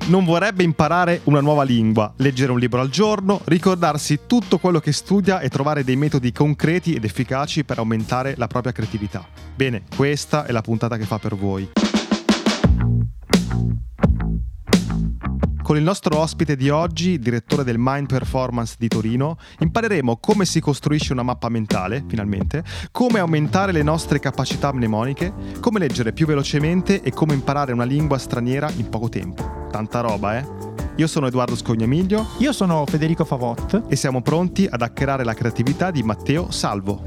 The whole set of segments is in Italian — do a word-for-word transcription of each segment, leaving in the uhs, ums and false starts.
non vorrebbe imparare una nuova lingua, leggere un libro al giorno, ricordarsi tutto quello che studia e trovare dei metodi concreti ed efficaci per aumentare la propria creatività. Bene, questa è la puntata che fa per voi. Con il nostro ospite di oggi, direttore del Mind Performance di Torino, impareremo come si costruisce una mappa mentale, finalmente, come aumentare le nostre capacità mnemoniche, come leggere più velocemente e come imparare una lingua straniera in poco tempo. Tanta roba, eh? Io sono Edoardo Scognamiglio. Io sono Federico Favot. E siamo pronti ad hackerare la creatività di Matteo Salvo.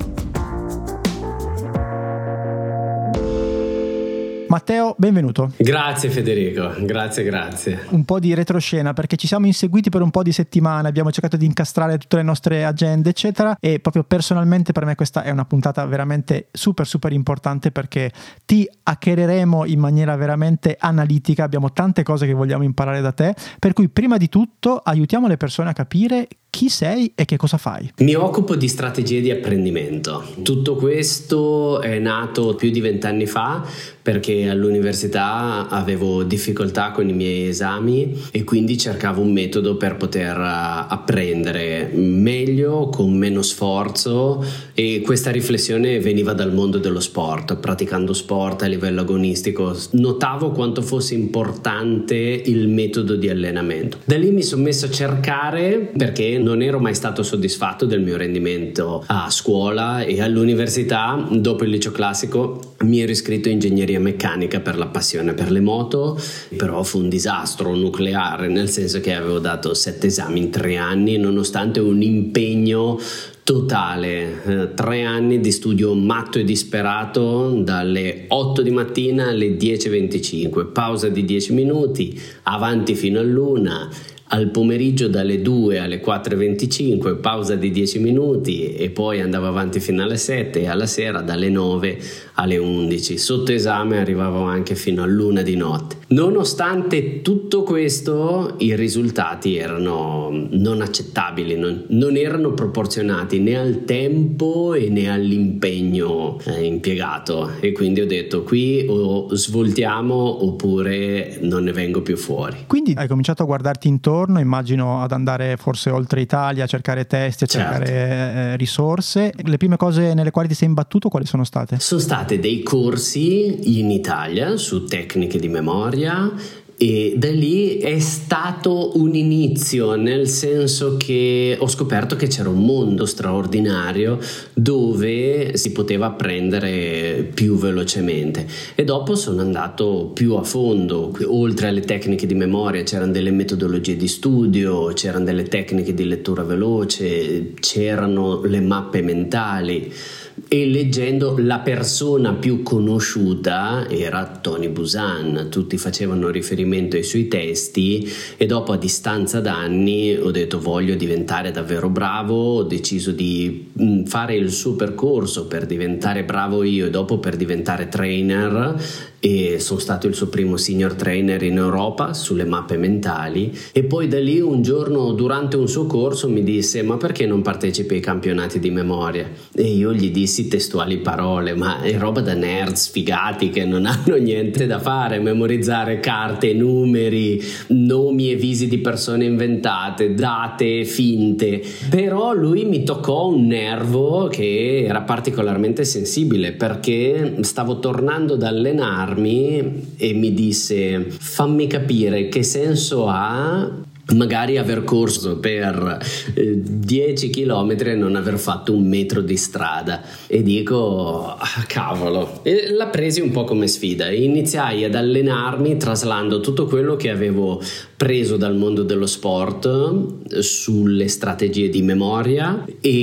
Matteo, benvenuto. Grazie Federico, grazie grazie. Un po' di retroscena, perché ci siamo inseguiti per un po' di settimane, abbiamo cercato di incastrare tutte le nostre agende eccetera, e proprio personalmente per me questa è una puntata veramente super super importante, perché ti hackereremo in maniera veramente analitica, abbiamo tante cose che vogliamo imparare da te, per cui prima di tutto aiutiamo le persone a capire chi sei e che cosa fai. Mi occupo di strategie di apprendimento. Tutto questo è nato più di vent'anni fa perché all'università avevo difficoltà con i miei esami e quindi cercavo un metodo per poter apprendere meglio, con meno sforzo, e questa riflessione veniva dal mondo dello sport. Praticando sport a livello agonistico notavo quanto fosse importante il metodo di allenamento. Da lì mi sono messo a cercare, perché non ero mai stato soddisfatto del mio rendimento a scuola e all'università. Dopo il liceo classico mi ero iscritto in ingegneria meccanica per la passione per le moto, però fu un disastro nucleare, nel senso che avevo dato sette esami in tre anni nonostante un impegno totale, eh, tre anni di studio matto e disperato, dalle otto di mattina alle dieci e venticinque, pausa di dieci minuti, avanti fino all'una, al pomeriggio dalle due alle quattro e venticinque, pausa di dieci minuti, e poi andavo avanti fino alle sette, e alla sera dalle nove alle undici. Sotto esame arrivavo anche fino all'una di notte. Nonostante tutto questo, i risultati erano non accettabili, non, non erano proporzionati né al tempo e né all'impegno eh, impiegato, e quindi ho detto: qui o svoltiamo oppure non ne vengo più fuori. Quindi hai cominciato a guardarti intorno, immagino, ad andare forse oltre Italia, a cercare testi, a cercare certo. eh, risorse. Le prime cose nelle quali ti sei imbattuto quali sono state? Sono state dei corsi in Italia su tecniche di memoria, e da lì è stato un inizio, nel senso che ho scoperto che c'era un mondo straordinario dove si poteva apprendere più velocemente, e dopo sono andato più a fondo. Oltre alle tecniche di memoria c'erano delle metodologie di studio, c'erano delle tecniche di lettura veloce, c'erano le mappe mentali. E leggendo, la persona più conosciuta era Tony Buzan, tutti facevano riferimento ai suoi testi, e dopo, a distanza d'anni, ho detto: voglio diventare davvero bravo. Ho deciso di fare il suo percorso per diventare bravo io e dopo per diventare trainer, e sono stato il suo primo senior trainer in Europa sulle mappe mentali. E poi da lì, un giorno durante un suo corso, mi disse: ma perché non partecipi ai campionati di memoria? E io gli dissi testuali parole: ma è roba da nerd sfigati che non hanno niente da fare, memorizzare carte, numeri, nomi e visi di persone inventate, date finte. Però lui mi toccò un nervo che era particolarmente sensibile, perché stavo tornando ad allenarmi e mi disse: fammi capire che senso ha magari aver corso per eh, dieci chilometri e non aver fatto un metro di strada. E dico: ah, cavolo. E la presi un po' come sfida. Iniziai ad allenarmi traslando tutto quello che avevo preso dal mondo dello sport sulle strategie di memoria,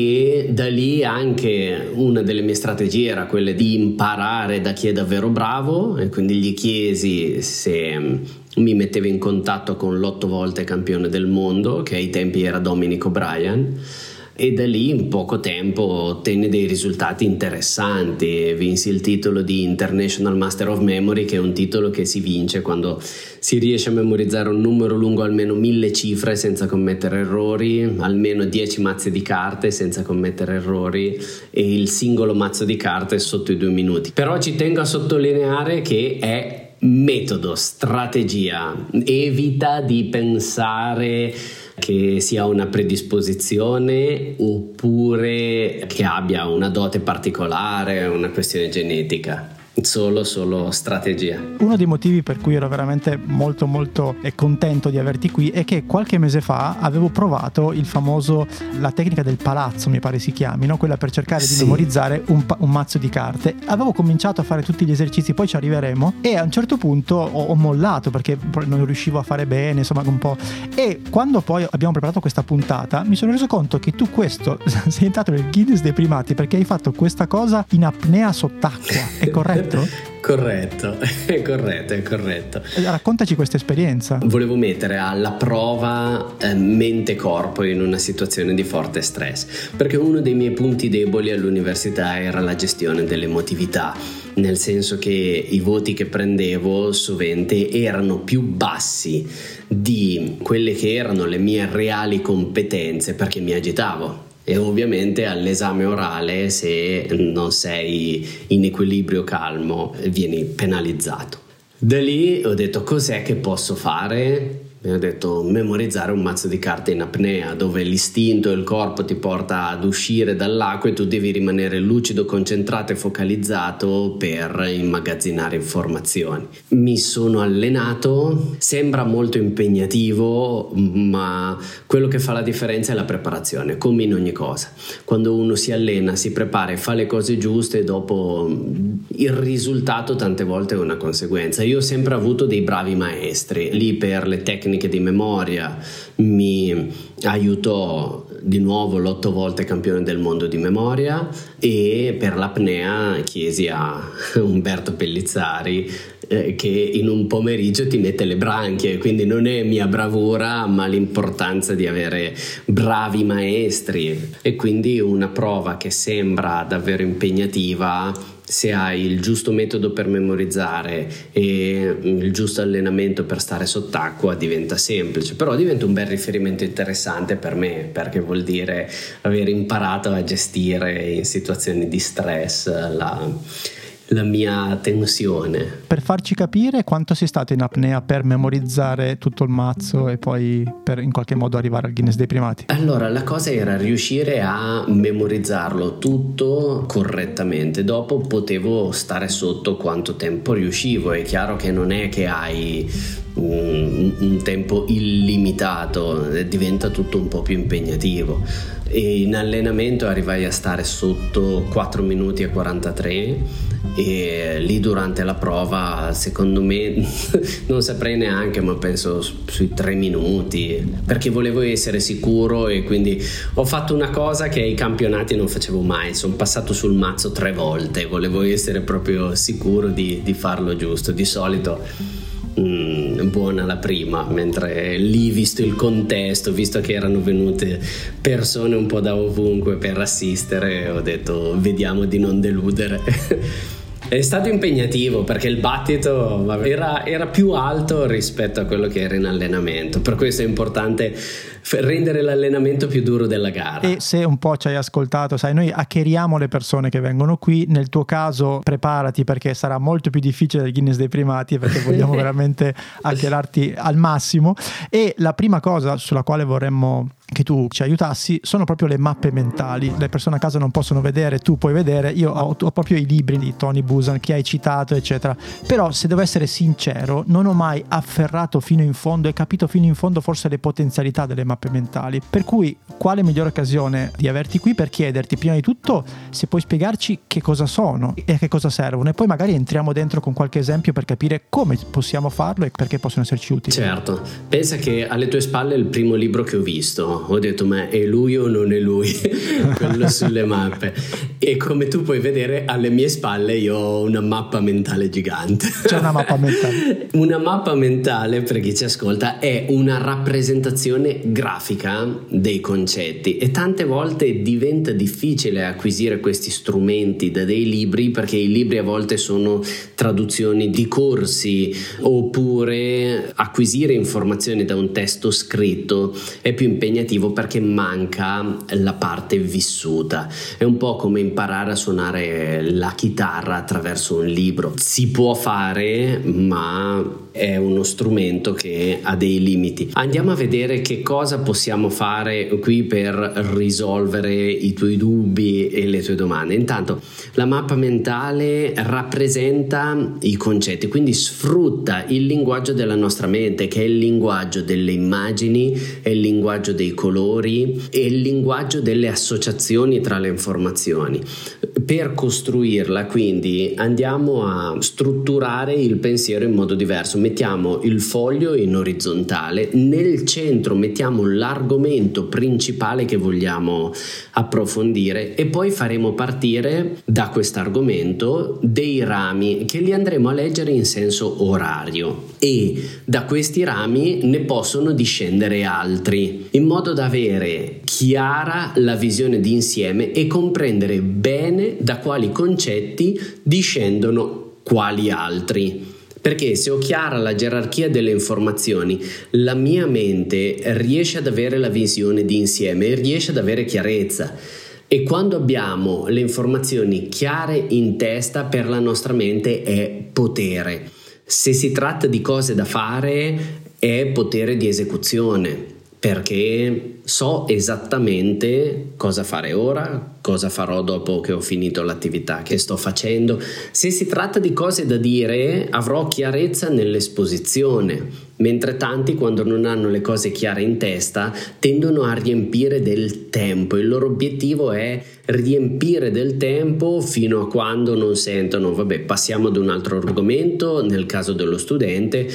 e da lì anche una delle mie strategie era quella di imparare da chi è davvero bravo, e quindi gli chiesi se mi metteva in contatto con l'otto volte campione del mondo, che ai tempi era Dominic O'Brien, e da lì in poco tempo ottenne dei risultati interessanti. Vinsi il titolo di International Master of Memory, che è un titolo che si vince quando si riesce a memorizzare un numero lungo almeno mille cifre senza commettere errori, almeno dieci mazzi di carte senza commettere errori, e il singolo mazzo di carte sotto i due minuti. Però ci tengo a sottolineare che è Metodo, strategia, evita di pensare che sia una predisposizione oppure che abbia una dote particolare, una questione genetica. Solo, solo strategia. Uno dei motivi per cui ero veramente molto molto contento di averti qui è che qualche mese fa avevo provato il famoso, la tecnica del palazzo mi pare si chiami, no? Quella per cercare sì. di memorizzare un, un mazzo di carte. Avevo cominciato a fare tutti gli esercizi, poi ci arriveremo, e a un certo punto ho, ho mollato perché non riuscivo a fare bene, insomma un po'. E quando poi abbiamo preparato questa puntata mi sono reso conto che tu questo sei entrato nel Guinness dei primati perché hai fatto questa cosa in apnea sott'acqua, è corretto? Corretto, è corretto, è corretto. Raccontaci questa esperienza. Volevo mettere alla prova eh, mente-corpo in una situazione di forte stress, perché uno dei miei punti deboli all'università era la gestione dell'emotività, nel senso che i voti che prendevo sovente erano più bassi di quelle che erano le mie reali competenze perché mi agitavo. E ovviamente all'esame orale, se non sei in equilibrio calmo, vieni penalizzato. Da lì ho detto: cos'è che posso fare? E ho detto: memorizzare un mazzo di carte in apnea, dove l'istinto e il corpo ti porta ad uscire dall'acqua e tu devi rimanere lucido, concentrato e focalizzato per immagazzinare informazioni. Mi sono allenato, sembra molto impegnativo, ma quello che fa la differenza è la preparazione, come in ogni cosa. Quando uno si allena, si prepara e fa le cose giuste, dopo il risultato tante volte è una conseguenza. Io ho sempre avuto dei bravi maestri, lì per le tecniche di memoria mi aiutò di nuovo l'otto volte campione del mondo di memoria, e per l'apnea chiesi a Umberto Pellizzari eh, che in un pomeriggio ti mette le branchie, quindi non è mia bravura ma l'importanza di avere bravi maestri. E quindi una prova che sembra davvero impegnativa, se hai il giusto metodo per memorizzare e il giusto allenamento per stare sott'acqua, diventa semplice, però diventa un bel riferimento interessante per me, perché vuol dire aver imparato a gestire in situazioni di stress la, la mia tensione. Per farci capire quanto sei stato in apnea per memorizzare tutto il mazzo e poi per in qualche modo arrivare al Guinness dei primati. Allora, la cosa era riuscire a memorizzarlo tutto correttamente. Dopo potevo stare sotto quanto tempo riuscivo. È chiaro che non è che hai un, un tempo illimitato, diventa tutto un po' più impegnativo. E in allenamento arrivai a stare sotto quattro minuti e quarantatré, e lì durante la prova secondo me non saprei neanche, ma penso sui tre minuti, perché volevo essere sicuro, e quindi ho fatto una cosa che ai campionati non facevo mai: sono passato sul mazzo tre volte, volevo essere proprio sicuro di, di farlo giusto. Di solito Mm, buona la prima, mentre lì, visto il contesto, visto che erano venute persone un po' da ovunque per assistere, ho detto vediamo di non deludere. È stato impegnativo perché il battito era, era più alto rispetto a quello che era in allenamento, per questo è importante rendere l'allenamento più duro della gara. E se un po' ci hai ascoltato, sai, noi hackeriamo le persone che vengono qui. Nel tuo caso preparati, perché sarà molto più difficile del Guinness dei primati, perché vogliamo veramente hackerarti al massimo. E la prima cosa sulla quale vorremmo che tu ci aiutassi sono proprio le mappe mentali. Le persone a casa non possono vedere, tu puoi vedere. Io ho, ho proprio i libri di Tony Buzan che hai citato eccetera, però se devo essere sincero non ho mai afferrato fino in fondo e capito fino in fondo forse le potenzialità delle mappe mentali, per cui quale migliore occasione di averti qui per chiederti prima di tutto se puoi spiegarci che cosa sono e a che cosa servono, e poi magari entriamo dentro con qualche esempio per capire come possiamo farlo e perché possono esserci utili. Certo, pensa che alle tue spalle è il primo libro che ho visto. Ho detto, ma è lui o non è lui? Quello sulle mappe. E come tu puoi vedere, alle mie spalle io ho una mappa mentale gigante. C'è una mappa mentale. Una mappa mentale, per chi ci ascolta, è una rappresentazione grafica grafica dei concetti, e tante volte diventa difficile acquisire questi strumenti da dei libri, perché i libri a volte sono traduzioni di corsi, oppure acquisire informazioni da un testo scritto è più impegnativo perché manca la parte vissuta. È un po' come imparare a suonare la chitarra attraverso un libro. Si può fare, ma è uno strumento che ha dei limiti. Andiamo a vedere che cosa possiamo fare qui per risolvere i tuoi dubbi e le tue domande. Intanto, la mappa mentale rappresenta i concetti, quindi sfrutta il linguaggio della nostra mente, che è il linguaggio delle immagini, è il linguaggio dei colori, è il linguaggio delle associazioni tra le informazioni. Per costruirla, quindi, andiamo a strutturare il pensiero in modo diverso. Mettiamo il foglio in orizzontale, nel centro mettiamo l'argomento principale che vogliamo approfondire e poi faremo partire da quest'argomento dei rami che li andremo a leggere in senso orario, e da questi rami ne possono discendere altri, in modo da avere chiara la visione d'insieme e comprendere bene da quali concetti discendono quali altri. Perché se ho chiara la gerarchia delle informazioni, la mia mente riesce ad avere la visione d'insieme, riesce ad avere chiarezza. E quando abbiamo le informazioni chiare in testa, per la nostra mente è potere. Se si tratta di cose da fare, è potere di esecuzione, perché so esattamente cosa fare ora, cosa farò dopo che ho finito l'attività che sto facendo. Se si tratta di cose da dire, avrò chiarezza nell'esposizione, mentre tanti, quando non hanno le cose chiare in testa, tendono a riempire del tempo. Il loro obiettivo è riempire del tempo fino a quando non sentono, vabbè, passiamo ad un altro argomento, nel caso dello studente,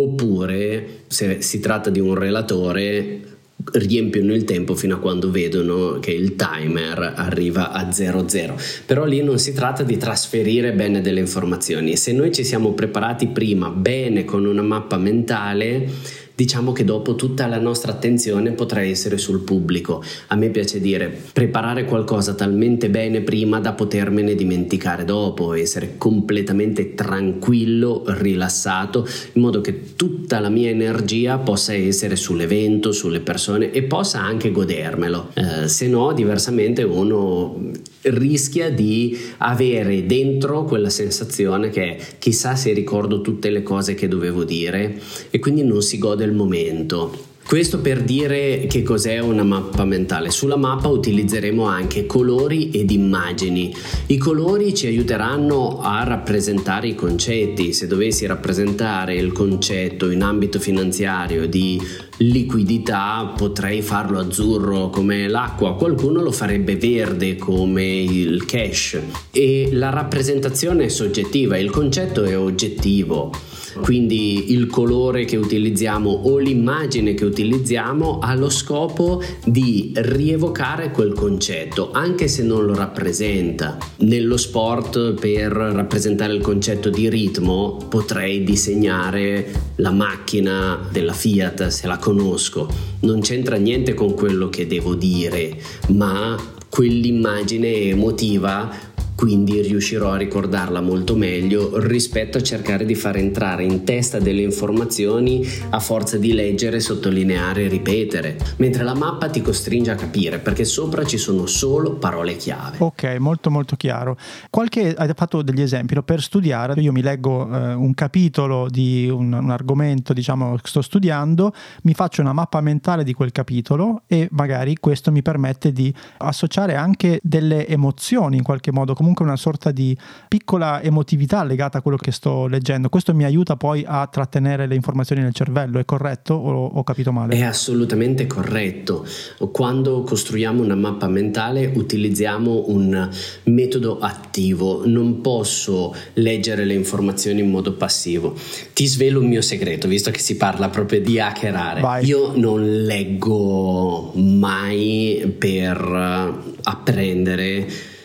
oppure se si tratta di un relatore, riempiono il tempo fino a quando vedono che il timer arriva a zero zero. Però lì non si tratta di trasferire bene delle informazioni. Se noi ci siamo preparati prima bene con una mappa mentale, diciamo che dopo tutta la nostra attenzione potrà essere sul pubblico. A me piace dire preparare qualcosa talmente bene prima da potermene dimenticare dopo, essere completamente tranquillo, rilassato, in modo che tutta la mia energia possa essere sull'evento, sulle persone, e possa anche godermelo. Eh, se no, diversamente uno rischia di avere dentro quella sensazione che chissà se ricordo tutte le cose che dovevo dire, e quindi non si gode il momento. Questo per dire che cos'è una mappa mentale. Sulla mappa utilizzeremo anche colori ed immagini. I colori ci aiuteranno a rappresentare i concetti. Se dovessi rappresentare il concetto in ambito finanziario di liquidità, potrei farlo azzurro come l'acqua, qualcuno lo farebbe verde come il cash. E la rappresentazione è soggettiva, il concetto è oggettivo. Quindi il colore che utilizziamo o l'immagine che utilizziamo ha lo scopo di rievocare quel concetto, anche se non lo rappresenta. Nello sport, per rappresentare il concetto di ritmo, potrei disegnare la macchina della Fiat, se la conosco. Non c'entra niente con quello che devo dire, ma quell'immagine emotiva, quindi riuscirò a ricordarla molto meglio rispetto a cercare di far entrare in testa delle informazioni a forza di leggere, sottolineare e ripetere, mentre la mappa ti costringe a capire, perché sopra ci sono solo parole chiave. Ok, molto molto chiaro. Qualche, hai fatto degli esempi, no? Per studiare io mi leggo eh, un capitolo di un, un argomento, diciamo, che sto studiando, mi faccio una mappa mentale di quel capitolo e magari questo mi permette di associare anche delle emozioni in qualche modo, comunque una sorta di piccola emotività legata a quello che sto leggendo. Questo mi aiuta poi a trattenere le informazioni nel cervello, è corretto o ho capito male? È assolutamente corretto. Quando costruiamo una mappa mentale utilizziamo un metodo attivo, non posso leggere le informazioni in modo passivo. Ti svelo un mio segreto, visto che si parla proprio di hackerare. Vai. Io non leggo mai per apprendere.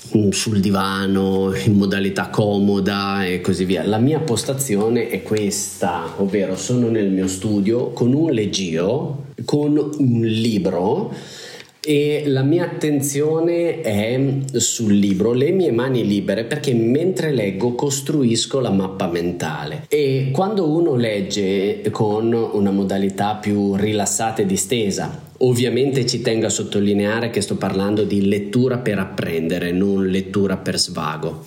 sul divano, in modalità comoda e così via. La mia postazione è questa, ovvero sono nel mio studio con un leggio, con un libro, e la mia attenzione è sul libro, le mie mani libere, perché mentre leggo costruisco la mappa mentale. E quando uno legge con una modalità più rilassata e distesa, ovviamente ci tengo a sottolineare che sto parlando di lettura per apprendere, non lettura per svago.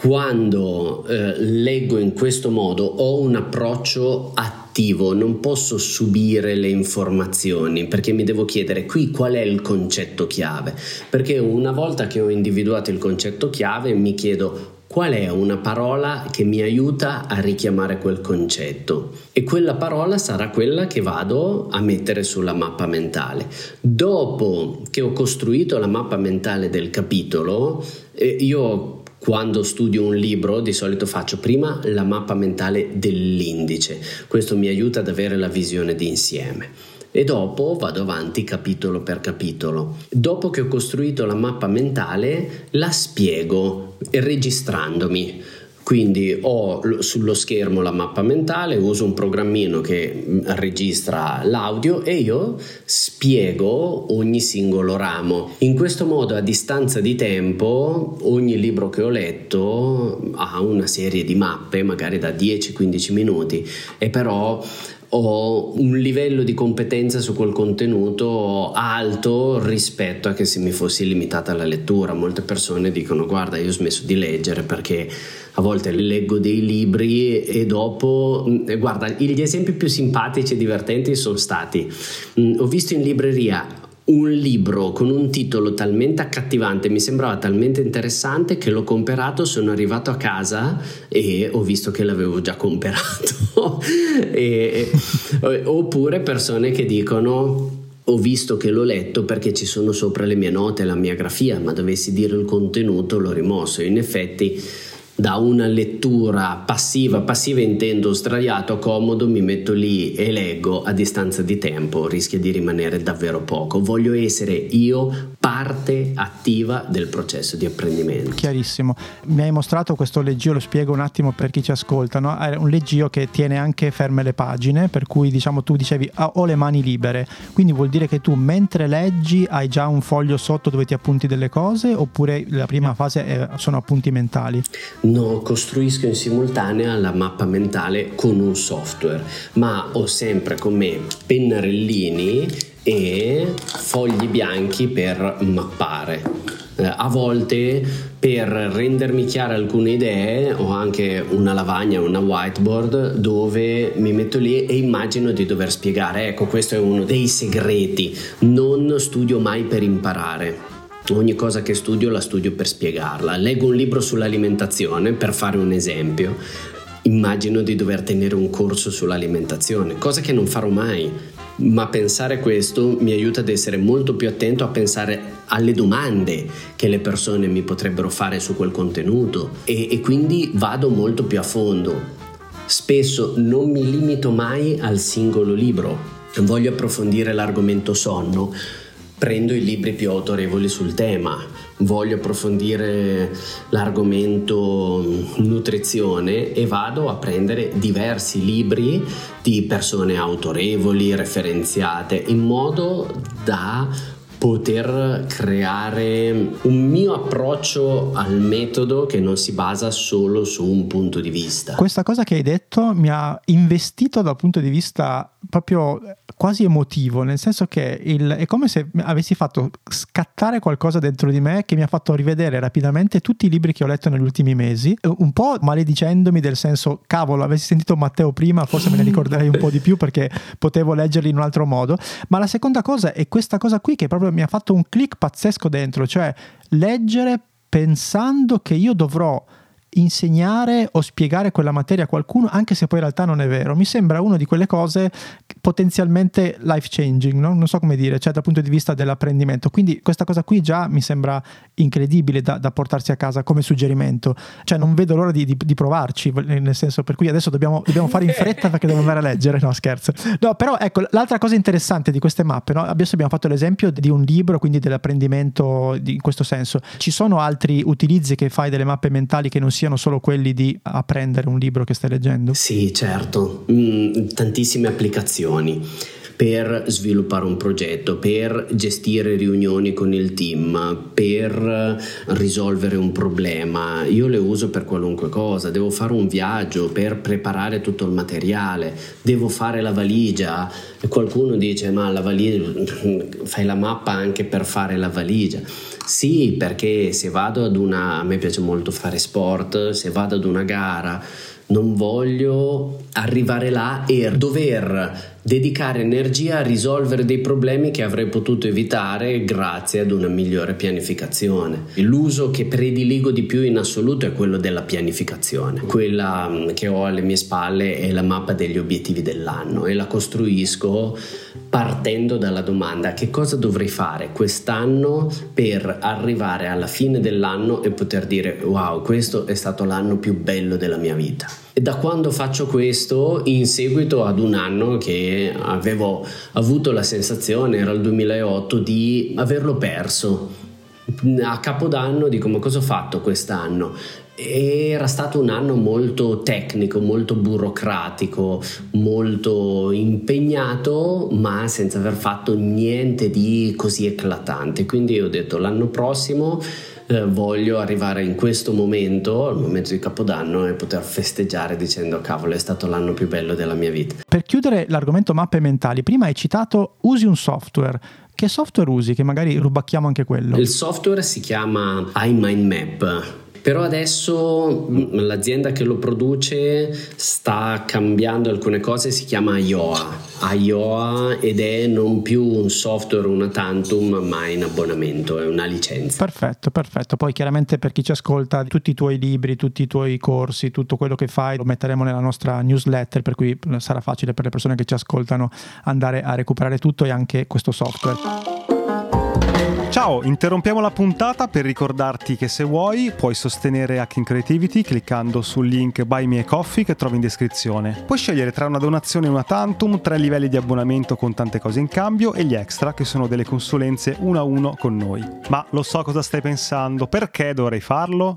Quando eh, leggo in questo modo ho un approccio attivo, non posso subire le informazioni, perché mi devo chiedere qui qual è il concetto chiave, perché una volta che ho individuato il concetto chiave mi chiedo qual è una parola che mi aiuta a richiamare quel concetto, e quella parola sarà quella che vado a mettere sulla mappa mentale. Dopo che ho costruito la mappa mentale del capitolo, eh, io quando studio un libro di solito faccio prima la mappa mentale dell'indice, questo mi aiuta ad avere la visione d'insieme, e dopo vado avanti capitolo per capitolo. Dopo che ho costruito la mappa mentale la spiego registrandomi. Quindi ho sullo schermo la mappa mentale, uso un programmino che registra l'audio e io spiego ogni singolo ramo. In questo modo, a distanza di tempo, ogni libro che ho letto ha una serie di mappe, magari da dieci quindici minuti, e però ho un livello di competenza su quel contenuto alto rispetto a che se mi fossi limitata alla lettura. Molte persone dicono: guarda, io ho smesso di leggere perché a volte leggo dei libri e dopo, guarda, gli esempi più simpatici e divertenti sono stati, ho visto in libreria un libro con un titolo talmente accattivante, mi sembrava talmente interessante che l'ho comprato, sono arrivato a casa e ho visto che l'avevo già comprato. e, oppure persone che dicono: ho visto che l'ho letto perché ci sono sopra le mie note, la mia grafia, ma dovessi dire il contenuto l'ho rimosso. In effetti, da una lettura passiva, passiva intendo sdraiato, comodo, mi metto lì e leggo a distanza di tempo, rischia di rimanere davvero poco. Voglio essere io parte attiva del processo di apprendimento. Chiarissimo. Mi hai mostrato questo leggio, lo spiego un attimo per chi ci ascolta, no? È un leggio che tiene anche ferme le pagine, per cui diciamo tu dicevi ah, ho le mani libere, quindi vuol dire che tu mentre leggi hai già un foglio sotto dove ti appunti delle cose, oppure la prima fase è, sono appunti mentali? No, costruisco in simultanea la mappa mentale con un software, ma ho sempre con me pennarellini e fogli bianchi per mappare. Eh, a volte, per rendermi chiare alcune idee, ho anche una lavagna, una whiteboard dove mi metto lì e immagino di dover spiegare. Ecco, questo è uno dei segreti. Non studio mai per imparare. Ogni cosa che studio la studio per spiegarla. Leggo un libro sull'alimentazione, per fare un esempio, immagino di dover tenere un corso sull'alimentazione, cosa che non farò mai, ma pensare questo mi aiuta ad essere molto più attento a pensare alle domande che le persone mi potrebbero fare su quel contenuto e, e quindi vado molto più a fondo. Spesso non mi limito mai al singolo libro. Voglio approfondire l'argomento sonno, prendo i libri più autorevoli sul tema. Voglio approfondire l'argomento nutrizione e vado a prendere diversi libri di persone autorevoli, referenziate, in modo da poter creare un mio approccio al metodo che non si basa solo su un punto di vista. Questa cosa che hai detto mi ha investito dal punto di vista proprio quasi emotivo, nel senso che il, è come se avessi fatto scattare qualcosa dentro di me che mi ha fatto rivedere rapidamente tutti i libri che ho letto negli ultimi mesi, un po' maledicendomi del senso cavolo, avessi sentito Matteo prima forse me ne ricorderei un po' di più perché potevo leggerli in un altro modo. Ma la seconda cosa è questa cosa qui che proprio mi ha fatto un click pazzesco dentro, cioè leggere pensando che io dovrò insegnare o spiegare quella materia a qualcuno, anche se poi in realtà non è vero. Mi sembra una di quelle cose potenzialmente life changing, no? Non so come dire, cioè dal punto di vista dell'apprendimento. Quindi questa cosa qui già mi sembra incredibile da, da portarsi a casa come suggerimento, cioè non vedo l'ora di, di, di provarci, nel senso, per cui adesso dobbiamo, dobbiamo fare in fretta perché devo andare a leggere, no scherzo. No, però ecco, l'altra cosa interessante di queste mappe, no? Adesso abbiamo fatto l'esempio di un libro, quindi dell'apprendimento in questo senso. Ci sono altri utilizzi che fai delle mappe mentali che non siano solo quelli di apprendere un libro che stai leggendo? Sì, certo, mm, tantissime applicazioni per sviluppare un progetto, per gestire riunioni con il team, per risolvere un problema. Io le uso per qualunque cosa. Devo fare un viaggio, per preparare tutto il materiale, devo fare la valigia e qualcuno dice ma la valigia, fai la mappa anche per fare la valigia. Sì, perché se vado ad una, a me piace molto fare sport, se vado ad una gara non voglio arrivare là e dover dedicare energia a risolvere dei problemi che avrei potuto evitare grazie ad una migliore pianificazione. L'uso che prediligo di più in assoluto è quello della pianificazione. Quella che ho alle mie spalle è la mappa degli obiettivi dell'anno e la costruisco partendo dalla domanda: che cosa dovrei fare quest'anno per arrivare alla fine dell'anno e poter dire wow, questo è stato l'anno più bello della mia vita. E da quando faccio questo, in seguito ad un anno che avevo avuto la sensazione, era il duemilaotto, di averlo perso. A Capodanno dico ma cosa ho fatto quest'anno? Era stato un anno molto tecnico, molto burocratico, molto impegnato, ma senza aver fatto niente di così eclatante. Quindi ho detto l'anno prossimo eh, voglio arrivare in questo momento, al momento di Capodanno, e poter festeggiare dicendo cavolo, è stato l'anno più bello della mia vita. Per chiudere l'argomento mappe mentali, prima hai citato usi un software. Che software usi? Che magari rubacchiamo anche quello. Il software si chiama iMindMap. Però adesso l'azienda che lo produce sta cambiando alcune cose, si chiama I O A. I O A ed è non più un software una tantum, ma in abbonamento, è una licenza. Perfetto, perfetto. Poi chiaramente per chi ci ascolta, tutti i tuoi libri, tutti i tuoi corsi, tutto quello che fai lo metteremo nella nostra newsletter, per cui sarà facile per le persone che ci ascoltano andare a recuperare tutto e anche questo software. Ciao, interrompiamo la puntata per ricordarti che se vuoi puoi sostenere Hacking Creativity cliccando sul link Buy Me a Coffee che trovi in descrizione. Puoi scegliere tra una donazione e una tantum, tre livelli di abbonamento con tante cose in cambio e gli extra che sono delle consulenze uno a uno con noi. Ma lo so cosa stai pensando, perché dovrei farlo?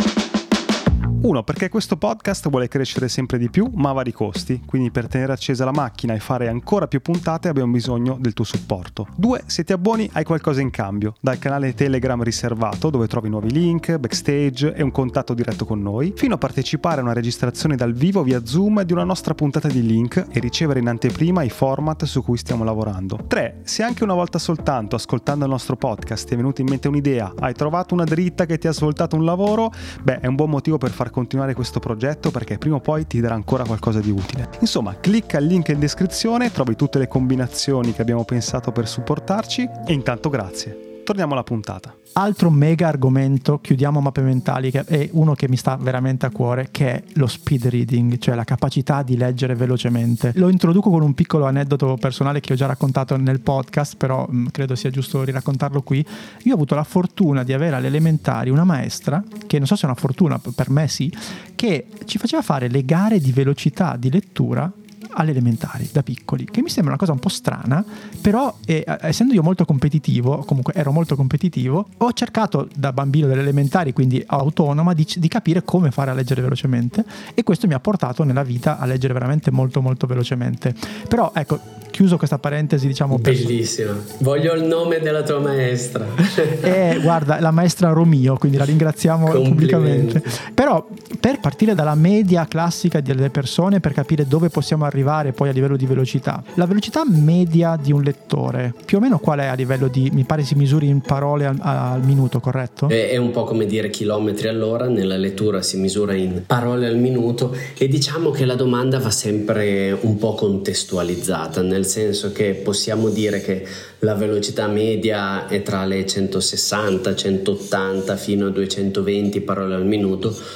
Uno, perché questo podcast vuole crescere sempre di più, ma a vari costi, quindi per tenere accesa la macchina e fare ancora più puntate abbiamo bisogno del tuo supporto. Due, se ti abboni hai qualcosa in cambio, dal canale Telegram riservato dove trovi nuovi link, backstage e un contatto diretto con noi, fino a partecipare a una registrazione dal vivo via Zoom di una nostra puntata di Link e ricevere in anteprima i format su cui stiamo lavorando. Tre, se anche una volta soltanto ascoltando il nostro podcast ti è venuta in mente un'idea, hai trovato una dritta che ti ha svoltato un lavoro, beh, è un buon motivo per far continuare questo progetto perché prima o poi ti darà ancora qualcosa di utile. Insomma, clicca il link in descrizione, trovi tutte le combinazioni che abbiamo pensato per supportarci e intanto grazie. Torniamo alla puntata. Altro mega argomento, chiudiamo mappe mentali, che è uno che mi sta veramente a cuore, che è lo speed reading, cioè la capacità di leggere velocemente. Lo introduco con un piccolo aneddoto personale che ho già raccontato nel podcast, però mh, credo sia giusto riraccontarlo qui. Io ho avuto la fortuna di avere alle elementari una maestra, che non so se è una fortuna, per me sì, che ci faceva fare le gare di velocità di lettura alle elementari da piccoli, che mi sembra una cosa un po' strana, però eh, essendo io molto competitivo, comunque ero molto competitivo, ho cercato da bambino delle elementari, quindi autonoma, di, di capire come fare a leggere velocemente, e questo mi ha portato nella vita a leggere veramente molto molto velocemente. Però ecco, chiuso questa parentesi, diciamo, bellissima, per... voglio il nome della tua maestra. eh, guarda, la maestra Romio, quindi la ringraziamo pubblicamente. Però per partire dalla media classica delle persone, per capire dove possiamo arrivare poi a livello di velocità, la velocità media di un lettore più o meno qual è a livello di, mi pare si misuri in parole al, al minuto, corretto? È un po' come dire chilometri all'ora, nella lettura si misura in parole al minuto, e diciamo che la domanda va sempre un po' contestualizzata, nel senso che possiamo dire che la velocità media è tra le centosessanta centottanta fino a duecentoventi parole al minuto.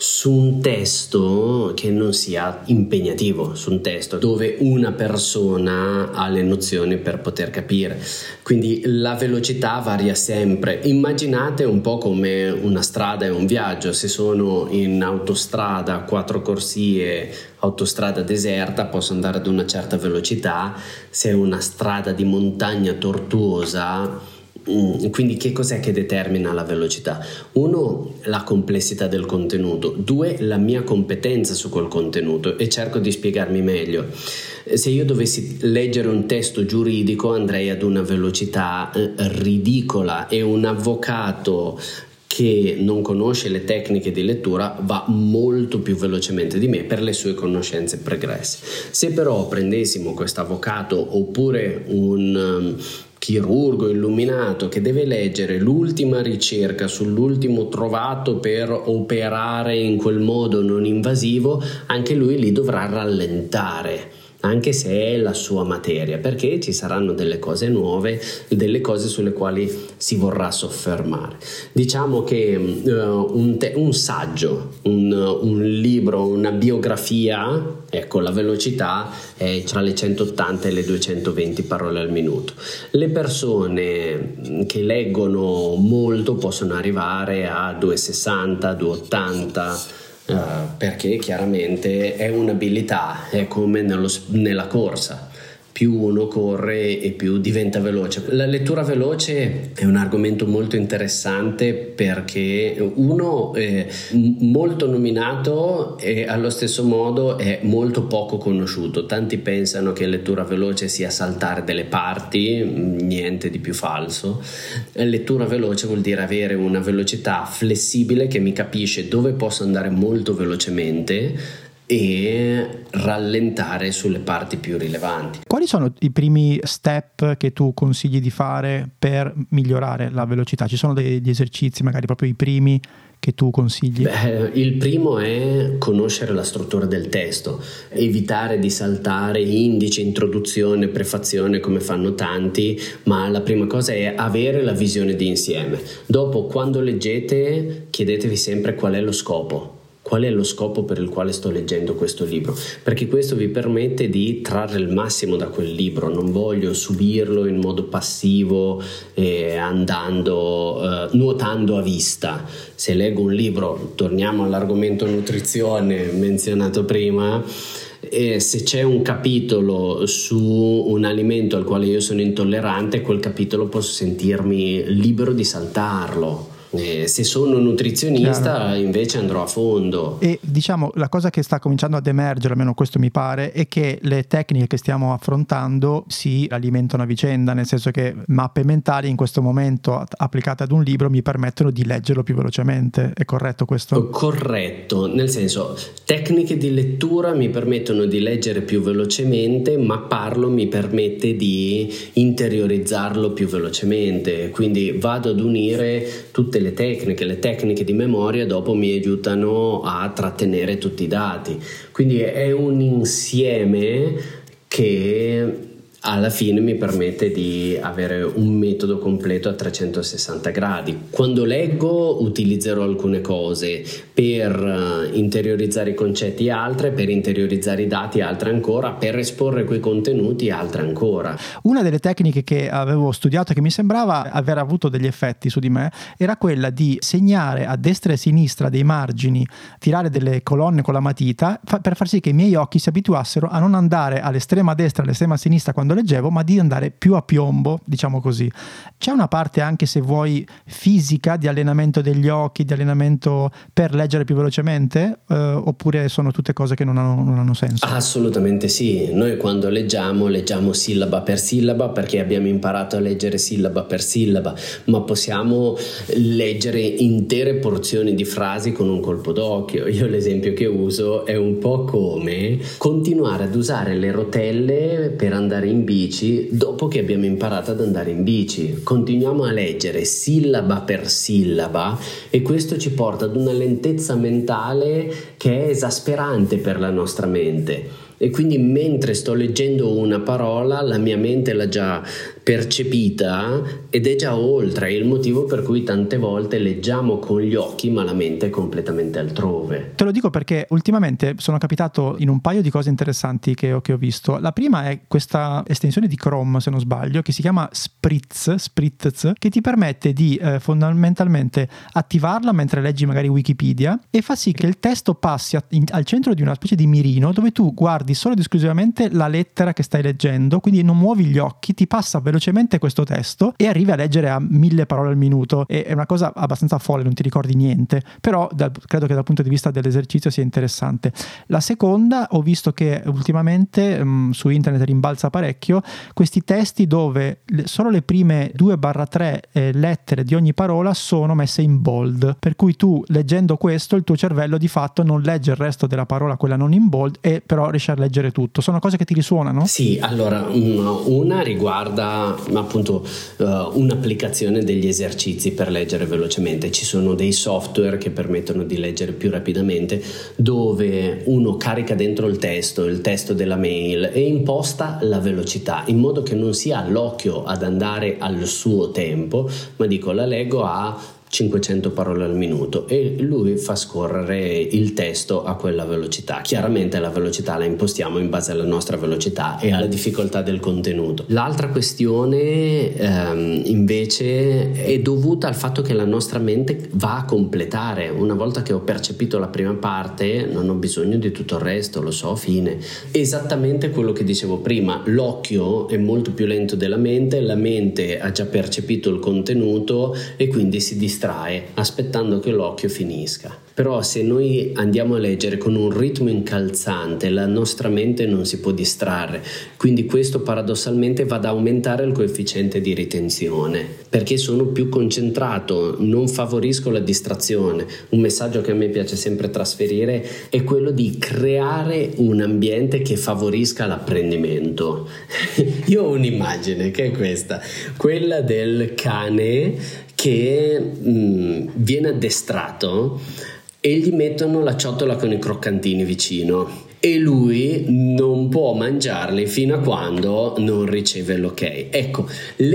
su un testo che non sia impegnativo, su un testo dove una persona ha le nozioni per poter capire. Quindi la velocità varia sempre. Immaginate un po' come una strada e un viaggio. Se sono in autostrada, quattro corsie, autostrada deserta, posso andare ad una certa velocità. Se è una strada di montagna tortuosa, quindi che cos'è che determina la velocità? Uno, la complessità del contenuto. Due, la mia competenza su quel contenuto, e cerco di spiegarmi meglio. Se io dovessi leggere un testo giuridico andrei ad una velocità eh, ridicola, e un avvocato che non conosce le tecniche di lettura va molto più velocemente di me per le sue conoscenze pregresse. Se però prendessimo questo avvocato oppure un um, chirurgo illuminato che deve leggere l'ultima ricerca sull'ultimo trovato per operare in quel modo non invasivo, anche lui li dovrà rallentare, anche se è la sua materia, perché ci saranno delle cose nuove, delle cose sulle quali si vorrà soffermare. Diciamo che uh, un, te- un saggio, un, un libro, una biografia, ecco, la velocità è tra le centottanta e le duecentoventi parole al minuto. Le persone che leggono molto possono arrivare a duecentosessanta, duecentottanta, Uh, perché chiaramente è un'abilità, è come nello, nella corsa. Più uno corre e più diventa veloce. La lettura veloce è un argomento molto interessante perché uno è molto nominato e allo stesso modo è molto poco conosciuto. Tanti pensano che lettura veloce sia saltare delle parti, niente di più falso. Lettura veloce vuol dire avere una velocità flessibile che mi capisce dove posso andare molto velocemente e rallentare sulle parti più rilevanti. Quali sono i primi step che tu consigli di fare per migliorare la velocità? Ci sono degli esercizi, magari proprio i primi, che tu consigli? Beh, il primo è conoscere la struttura del testo, evitare di saltare indice, introduzione, prefazione come fanno tanti, ma la prima cosa è avere la visione di insieme. Dopo, quando leggete, chiedetevi sempre qual è lo scopo. Qual è lo scopo per il quale sto leggendo questo libro? Perché questo vi permette di trarre il massimo da quel libro. Non voglio subirlo in modo passivo, eh, andando, eh, nuotando a vista. Se leggo un libro, torniamo all'argomento nutrizione menzionato prima, e se c'è un capitolo su un alimento al quale io sono intollerante, quel capitolo posso sentirmi libero di saltarlo. Eh, se sono nutrizionista, chiaro, invece andrò a fondo. E diciamo la cosa che sta cominciando ad emergere, almeno questo mi pare, è che le tecniche che stiamo affrontando si alimentano a vicenda, nel senso che mappe mentali in questo momento applicate ad un libro mi permettono di leggerlo più velocemente. È corretto questo? Corretto, nel senso, tecniche di lettura mi permettono di leggere più velocemente, ma parlo mi permette di interiorizzarlo più velocemente, quindi vado ad unire tutte le tecniche, le tecniche di memoria dopo mi aiutano a trattenere tutti i dati, quindi è un insieme che alla fine mi permette di avere un metodo completo a trecentosessanta gradi. Quando leggo utilizzerò alcune cose per interiorizzare i concetti, altre per interiorizzare i dati, altre ancora per esporre quei contenuti, altre ancora. Una delle tecniche che avevo studiato che mi sembrava aver avuto degli effetti su di me era quella di segnare a destra e a sinistra dei margini, tirare delle colonne con la matita per far sì che i miei occhi si abituassero a non andare all'estrema destra, all'estrema sinistra quando leggevo, ma di andare più a piombo, diciamo così. C'è una parte anche, se vuoi, fisica di allenamento degli occhi, di allenamento per leggere più velocemente, eh, oppure sono tutte cose che non hanno, non hanno senso? Assolutamente sì. Noi quando leggiamo, leggiamo sillaba per sillaba perché abbiamo imparato a leggere sillaba per sillaba, ma possiamo leggere intere porzioni di frasi con un colpo d'occhio. Io l'esempio che uso è un po' come continuare ad usare le rotelle per andare in bici dopo che abbiamo imparato ad andare in bici. Continuiamo a leggere sillaba per sillaba e questo ci porta ad una lentezza mentale che è esasperante per la nostra mente. E quindi mentre sto leggendo una parola la mia mente l'ha già percepita ed è già oltre, è il motivo per cui tante volte leggiamo con gli occhi ma la mente è completamente altrove. Te lo dico perché ultimamente sono capitato in un paio di cose interessanti che ho, che ho visto. La prima è questa estensione di Chrome, se non sbaglio, che si chiama Spritz, Spritz, che ti permette di eh, fondamentalmente attivarla mentre leggi magari Wikipedia e fa sì che il testo passi a, in, al centro di una specie di mirino dove tu guardi solo ed esclusivamente la lettera che stai leggendo, quindi non muovi gli occhi, ti passa velocemente questo testo e arrivi a leggere a mille parole al minuto. E è una cosa abbastanza folle, non ti ricordi niente, però dal, credo che dal punto di vista dell'esercizio sia interessante. La seconda, ho visto che ultimamente mh, su internet rimbalza parecchio questi testi dove le, solo le prime due barra tre eh, lettere di ogni parola sono messe in bold, per cui tu leggendo questo il tuo cervello di fatto non legge il resto della parola, quella non in bold, e però riesce a leggere tutto. Sono cose che ti risuonano? Sì, allora una riguarda appunto uh, un'applicazione degli esercizi per leggere velocemente. Ci sono dei software che permettono di leggere più rapidamente, dove uno carica dentro il testo, il testo della mail, e imposta la velocità in modo che non sia l'occhio ad andare al suo tempo, ma dico la leggo a cinquecento parole al minuto e lui fa scorrere il testo a quella velocità. Chiaramente la velocità la impostiamo in base alla nostra velocità e alla difficoltà del contenuto. L'altra questione ehm, invece è dovuta al fatto che la nostra mente va a completare. Una volta che ho percepito la prima parte non ho bisogno di tutto il resto, lo so, fine. Esattamente quello che dicevo prima, l'occhio è molto più lento della mente, la mente ha già percepito il contenuto e quindi si distrae aspettando che l'occhio finisca. Però se noi andiamo a leggere con un ritmo incalzante, la nostra mente non si può distrarre, quindi questo paradossalmente va ad aumentare il coefficiente di ritenzione, perché sono più concentrato, non favorisco la distrazione. Un messaggio che a me piace sempre trasferire è quello di creare un ambiente che favorisca l'apprendimento. Io ho un'immagine che è questa, quella del cane che mh, viene addestrato e gli mettono la ciotola con i croccantini vicino e lui non può mangiarli fino a quando non riceve l'ok. Ecco,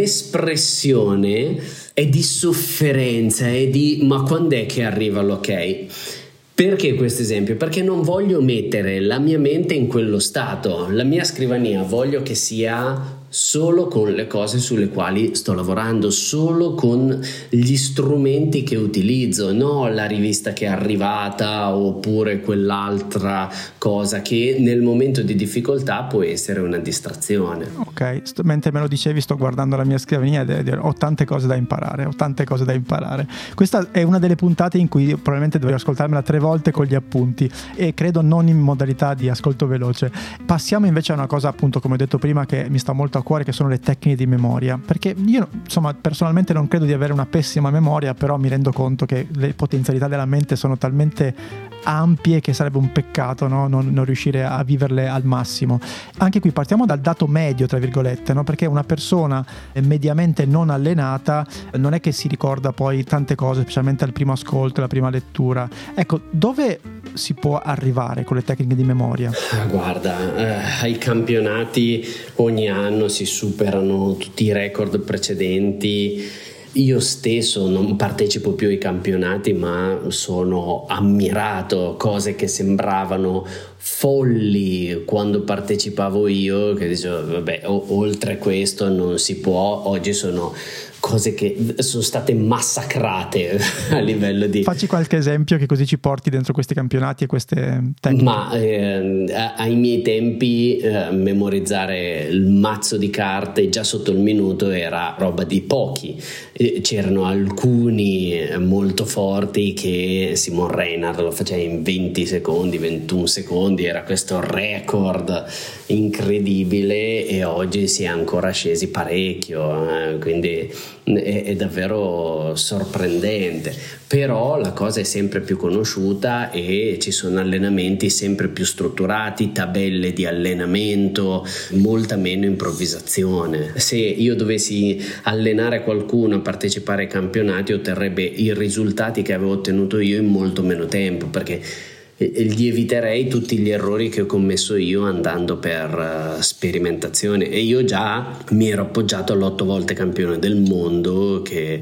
l'espressione è di sofferenza, è di ma quando è che arriva l'ok? Perché questo esempio? Perché non voglio mettere la mia mente in quello stato. La mia scrivania voglio che sia solo con le cose sulle quali sto lavorando, solo con gli strumenti che utilizzo, no la rivista che è arrivata oppure quell'altra cosa che nel momento di difficoltà può essere una distrazione. Ok, sto, mentre me lo dicevi sto guardando la mia scrivania e ho tante cose da imparare, ho tante cose da imparare. Questa è una delle puntate in cui probabilmente dovrei ascoltarmela tre volte con gli appunti e credo non in modalità di ascolto veloce. Passiamo invece a una cosa, appunto, come ho detto prima, che mi sta molto a cuore, che sono le tecniche di memoria, perché io insomma personalmente non credo di avere una pessima memoria, però mi rendo conto che le potenzialità della mente sono talmente ampie che sarebbe un peccato, no? non, non riuscire a viverle al massimo. Anche qui partiamo dal dato medio, tra virgolette, no? Perché una persona mediamente non allenata non è che si ricorda poi tante cose, specialmente al primo ascolto, alla prima lettura. Ecco, dove si può arrivare con le tecniche di memoria? Guarda, eh, ai campionati ogni anno si superano tutti i record precedenti. Io stesso non partecipo più ai campionati, ma sono ammirato, cose che sembravano folli quando partecipavo io, che dicevo vabbè, o- oltre questo non si può. Oggi sono cose che sono state massacrate a livello di... Facci qualche esempio che così ci porti dentro questi campionati e queste tecniche. Ma eh, ai miei tempi eh, memorizzare il mazzo di carte già sotto il minuto era roba di pochi. Eh, c'erano alcuni molto forti che Simon Reinhardt lo faceva in venti secondi, ventuno secondi, era questo record incredibile, e oggi si è ancora scesi parecchio, eh, quindi è, è davvero sorprendente. Però la cosa è sempre più conosciuta e ci sono allenamenti sempre più strutturati, tabelle di allenamento, molta meno improvvisazione. Se io dovessi allenare qualcuno a partecipare ai campionati, otterrebbe i risultati che avevo ottenuto io in molto meno tempo, perché gli eviterei tutti gli errori che ho commesso io andando per uh, sperimentazione. E io già mi ero appoggiato all'otto volte campione del mondo che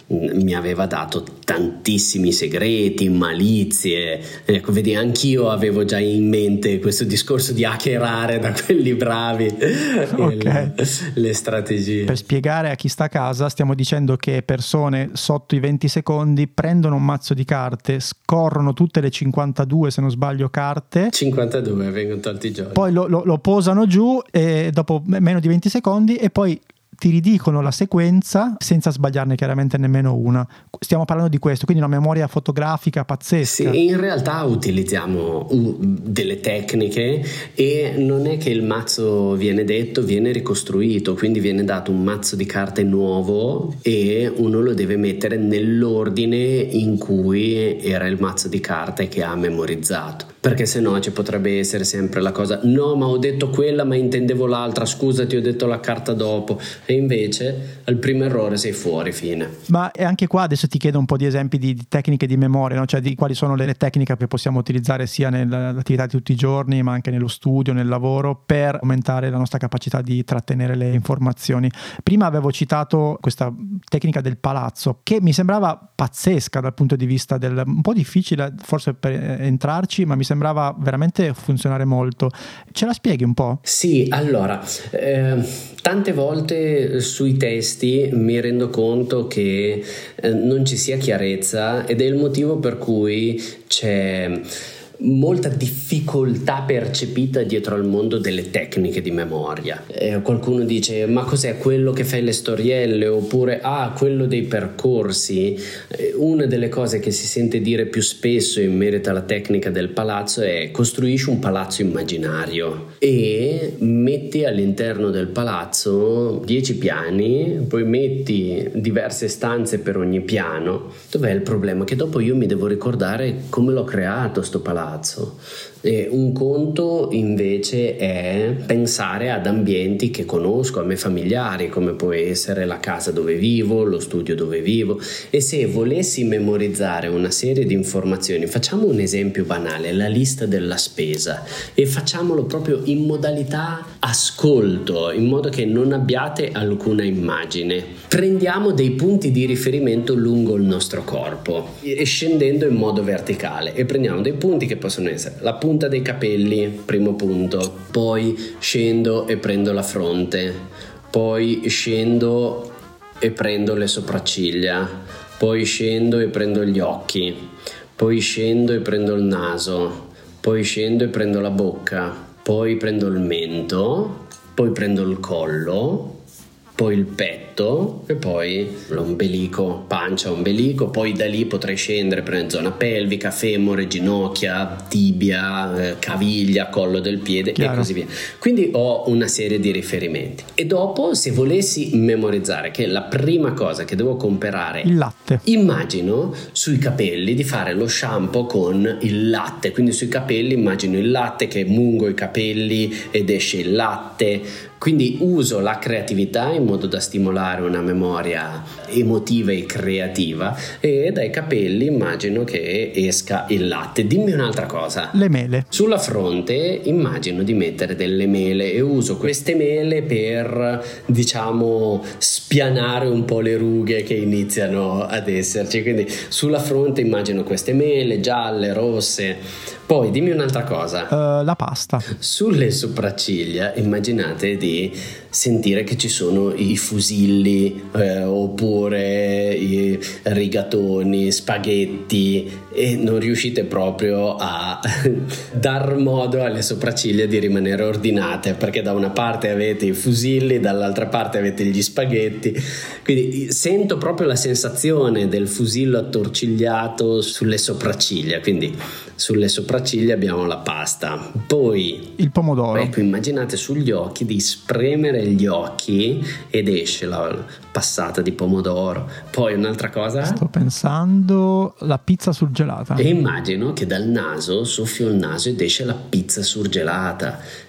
mi aveva dato tantissimi segreti, malizie. Ecco, vedi, anch'io avevo già in mente questo discorso di hackerare da quelli bravi okay. le, le strategie. Per spiegare a chi sta a casa, stiamo dicendo che persone sotto i venti secondi prendono un mazzo di carte, scorrono tutte le cinquantadue, se non sbaglio, carte. cinquantadue vengono tolti i giochi. Poi lo, lo, lo posano giù e dopo meno di venti secondi e poi ti ridicono la sequenza senza sbagliarne chiaramente nemmeno una. Stiamo parlando di questo, quindi una memoria fotografica pazzesca. Sì, in realtà utilizziamo uh, delle tecniche e non è che il mazzo viene detto, viene ricostruito, quindi viene dato un mazzo di carte nuovo e uno lo deve mettere nell'ordine in cui era il mazzo di carte che ha memorizzato, perché se no ci potrebbe essere sempre la cosa: no, ma ho detto quella ma intendevo l'altra, scusa, ti ho detto la carta dopo. E invece al primo errore sei fuori, fine. Ma anche qua adesso ti chiedo un po' di esempi di, di tecniche di memoria, no? Cioè di quali sono le, le tecniche che possiamo utilizzare sia nell'attività di tutti i giorni ma anche nello studio, nel lavoro, per aumentare la nostra capacità di trattenere le informazioni. Prima avevo citato questa tecnica del palazzo che mi sembrava pazzesca dal punto di vista del, un po' difficile forse per entrarci, ma mi sembrava veramente funzionare molto. Ce la spieghi un po'? Sì, allora eh, tante volte sui testi mi rendo conto che eh, non ci sia chiarezza ed è il motivo per cui c'è molta difficoltà percepita dietro al mondo delle tecniche di memoria. Eh, qualcuno dice: ma cos'è quello che fai le storielle? Oppure ah, quello dei percorsi. Eh, una delle cose che si sente dire più spesso in merito alla tecnica del palazzo è: costruisci un palazzo immaginario e metti all'interno del palazzo dieci piani, poi metti diverse stanze per ogni piano. Dov'è il problema? Che dopo io mi devo ricordare come l'ho creato sto palazzo. E un conto invece è pensare ad ambienti che conosco, a me familiari, come può essere la casa dove vivo, lo studio dove vivo. E se volessi memorizzare una serie di informazioni, facciamo un esempio banale, la lista della spesa, e facciamolo proprio in modalità ascolto, in modo che non abbiate alcuna immagine. Prendiamo dei punti di riferimento lungo il nostro corpo e scendendo in modo verticale, e prendiamo dei punti che possono essere la punta dei capelli, primo punto, poi scendo e prendo la fronte, poi scendo e prendo le sopracciglia, poi scendo e prendo gli occhi, poi scendo e prendo il naso, poi scendo e prendo la bocca, poi prendo il mento, poi prendo il collo, poi il petto e poi l'ombelico, pancia, ombelico. Poi da lì potrei scendere per zona pelvica, femore, ginocchia, tibia, eh, caviglia, collo del piede. Chiaro. E così via. Quindi ho una serie di riferimenti. E dopo, se volessi memorizzare che la prima cosa che devo comprare il latte, immagino sui capelli di fare lo shampoo con il latte. Quindi sui capelli immagino il latte, che mungo i capelli ed esce il latte. Quindi uso la creatività in modo da stimolare una memoria emotiva e creativa, e dai capelli immagino che esca il latte. Dimmi un'altra cosa. Le mele. Sulla fronte immagino di mettere delle mele e uso queste mele per, diciamo, spianare un po' le rughe che iniziano ad esserci. Quindi sulla fronte immagino queste mele gialle, rosse. Poi dimmi un'altra cosa. Uh, la pasta. Sulle sopracciglia immaginate di sentire che ci sono i fusilli eh, oppure i rigatoni, spaghetti, e non riuscite proprio a dar modo alle sopracciglia di rimanere ordinate, perché da una parte avete i fusilli, dall'altra parte avete gli spaghetti. Quindi sento proprio la sensazione del fusillo attorcigliato sulle sopracciglia. Quindi sulle sopracciglia abbiamo la pasta, poi il pomodoro. Ecco, immaginate sugli occhi di spremere gli occhi ed esce la passata di pomodoro. Poi un'altra cosa, sto pensando, la pizza surgelata. E immagino che dal naso soffio il naso ed esce la pizza surgelata.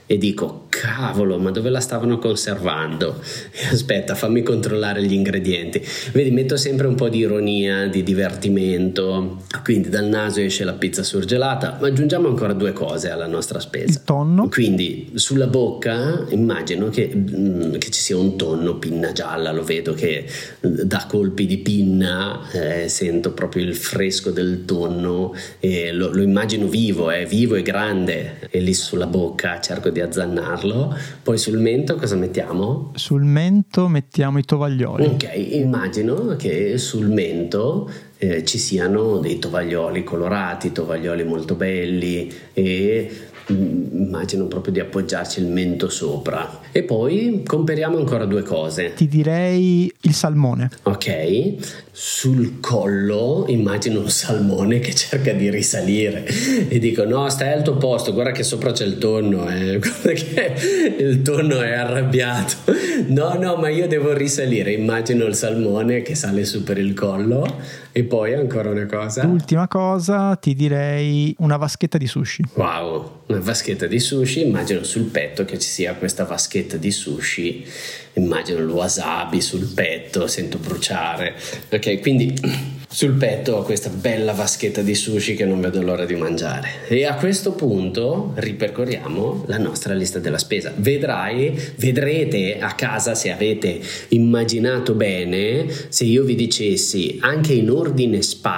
e dico cavolo, ma dove la stavano conservando? E aspetta, fammi controllare gli ingredienti. Vedi, metto sempre un po' di ironia, di divertimento. Quindi dal naso esce la pizza surgelata, ma aggiungiamo ancora due cose alla nostra spesa. Il tonno. Quindi sulla bocca immagino che, che ci sia un tonno, pinna gialla, lo vedo che dà colpi di pinna, eh, sento proprio il fresco del tonno e lo, lo immagino vivo, è vivo e grande, e lì sulla bocca cerco di azzannarlo. Poi sul mento cosa mettiamo? Sul mento mettiamo i tovaglioli. Ok, immagino che sul mento eh, ci siano dei tovaglioli colorati, tovaglioli molto belli, e immagino proprio di appoggiarci il mento sopra. E poi comperiamo ancora due cose. Ti direi il salmone. Ok, sul collo immagino un salmone che cerca di risalire e dico no, stai al tuo posto, guarda che sopra c'è il tonno, eh. Guarda che il tonno è arrabbiato. No no, ma io devo risalire. Immagino il salmone che sale su per il collo. E poi ancora una cosa. L'ultima cosa, ti direi una vaschetta di sushi. Wow, una vaschetta di sushi. Immagino sul petto che ci sia questa vaschetta di sushi. Immagino il wasabi sul petto, sento bruciare. Ok, quindi sul petto ho questa bella vaschetta di sushi che non vedo l'ora di mangiare. E a questo punto ripercorriamo la nostra lista della spesa. Vedrai, vedrete a casa, se avete immaginato bene, se io vi dicessi anche in ordine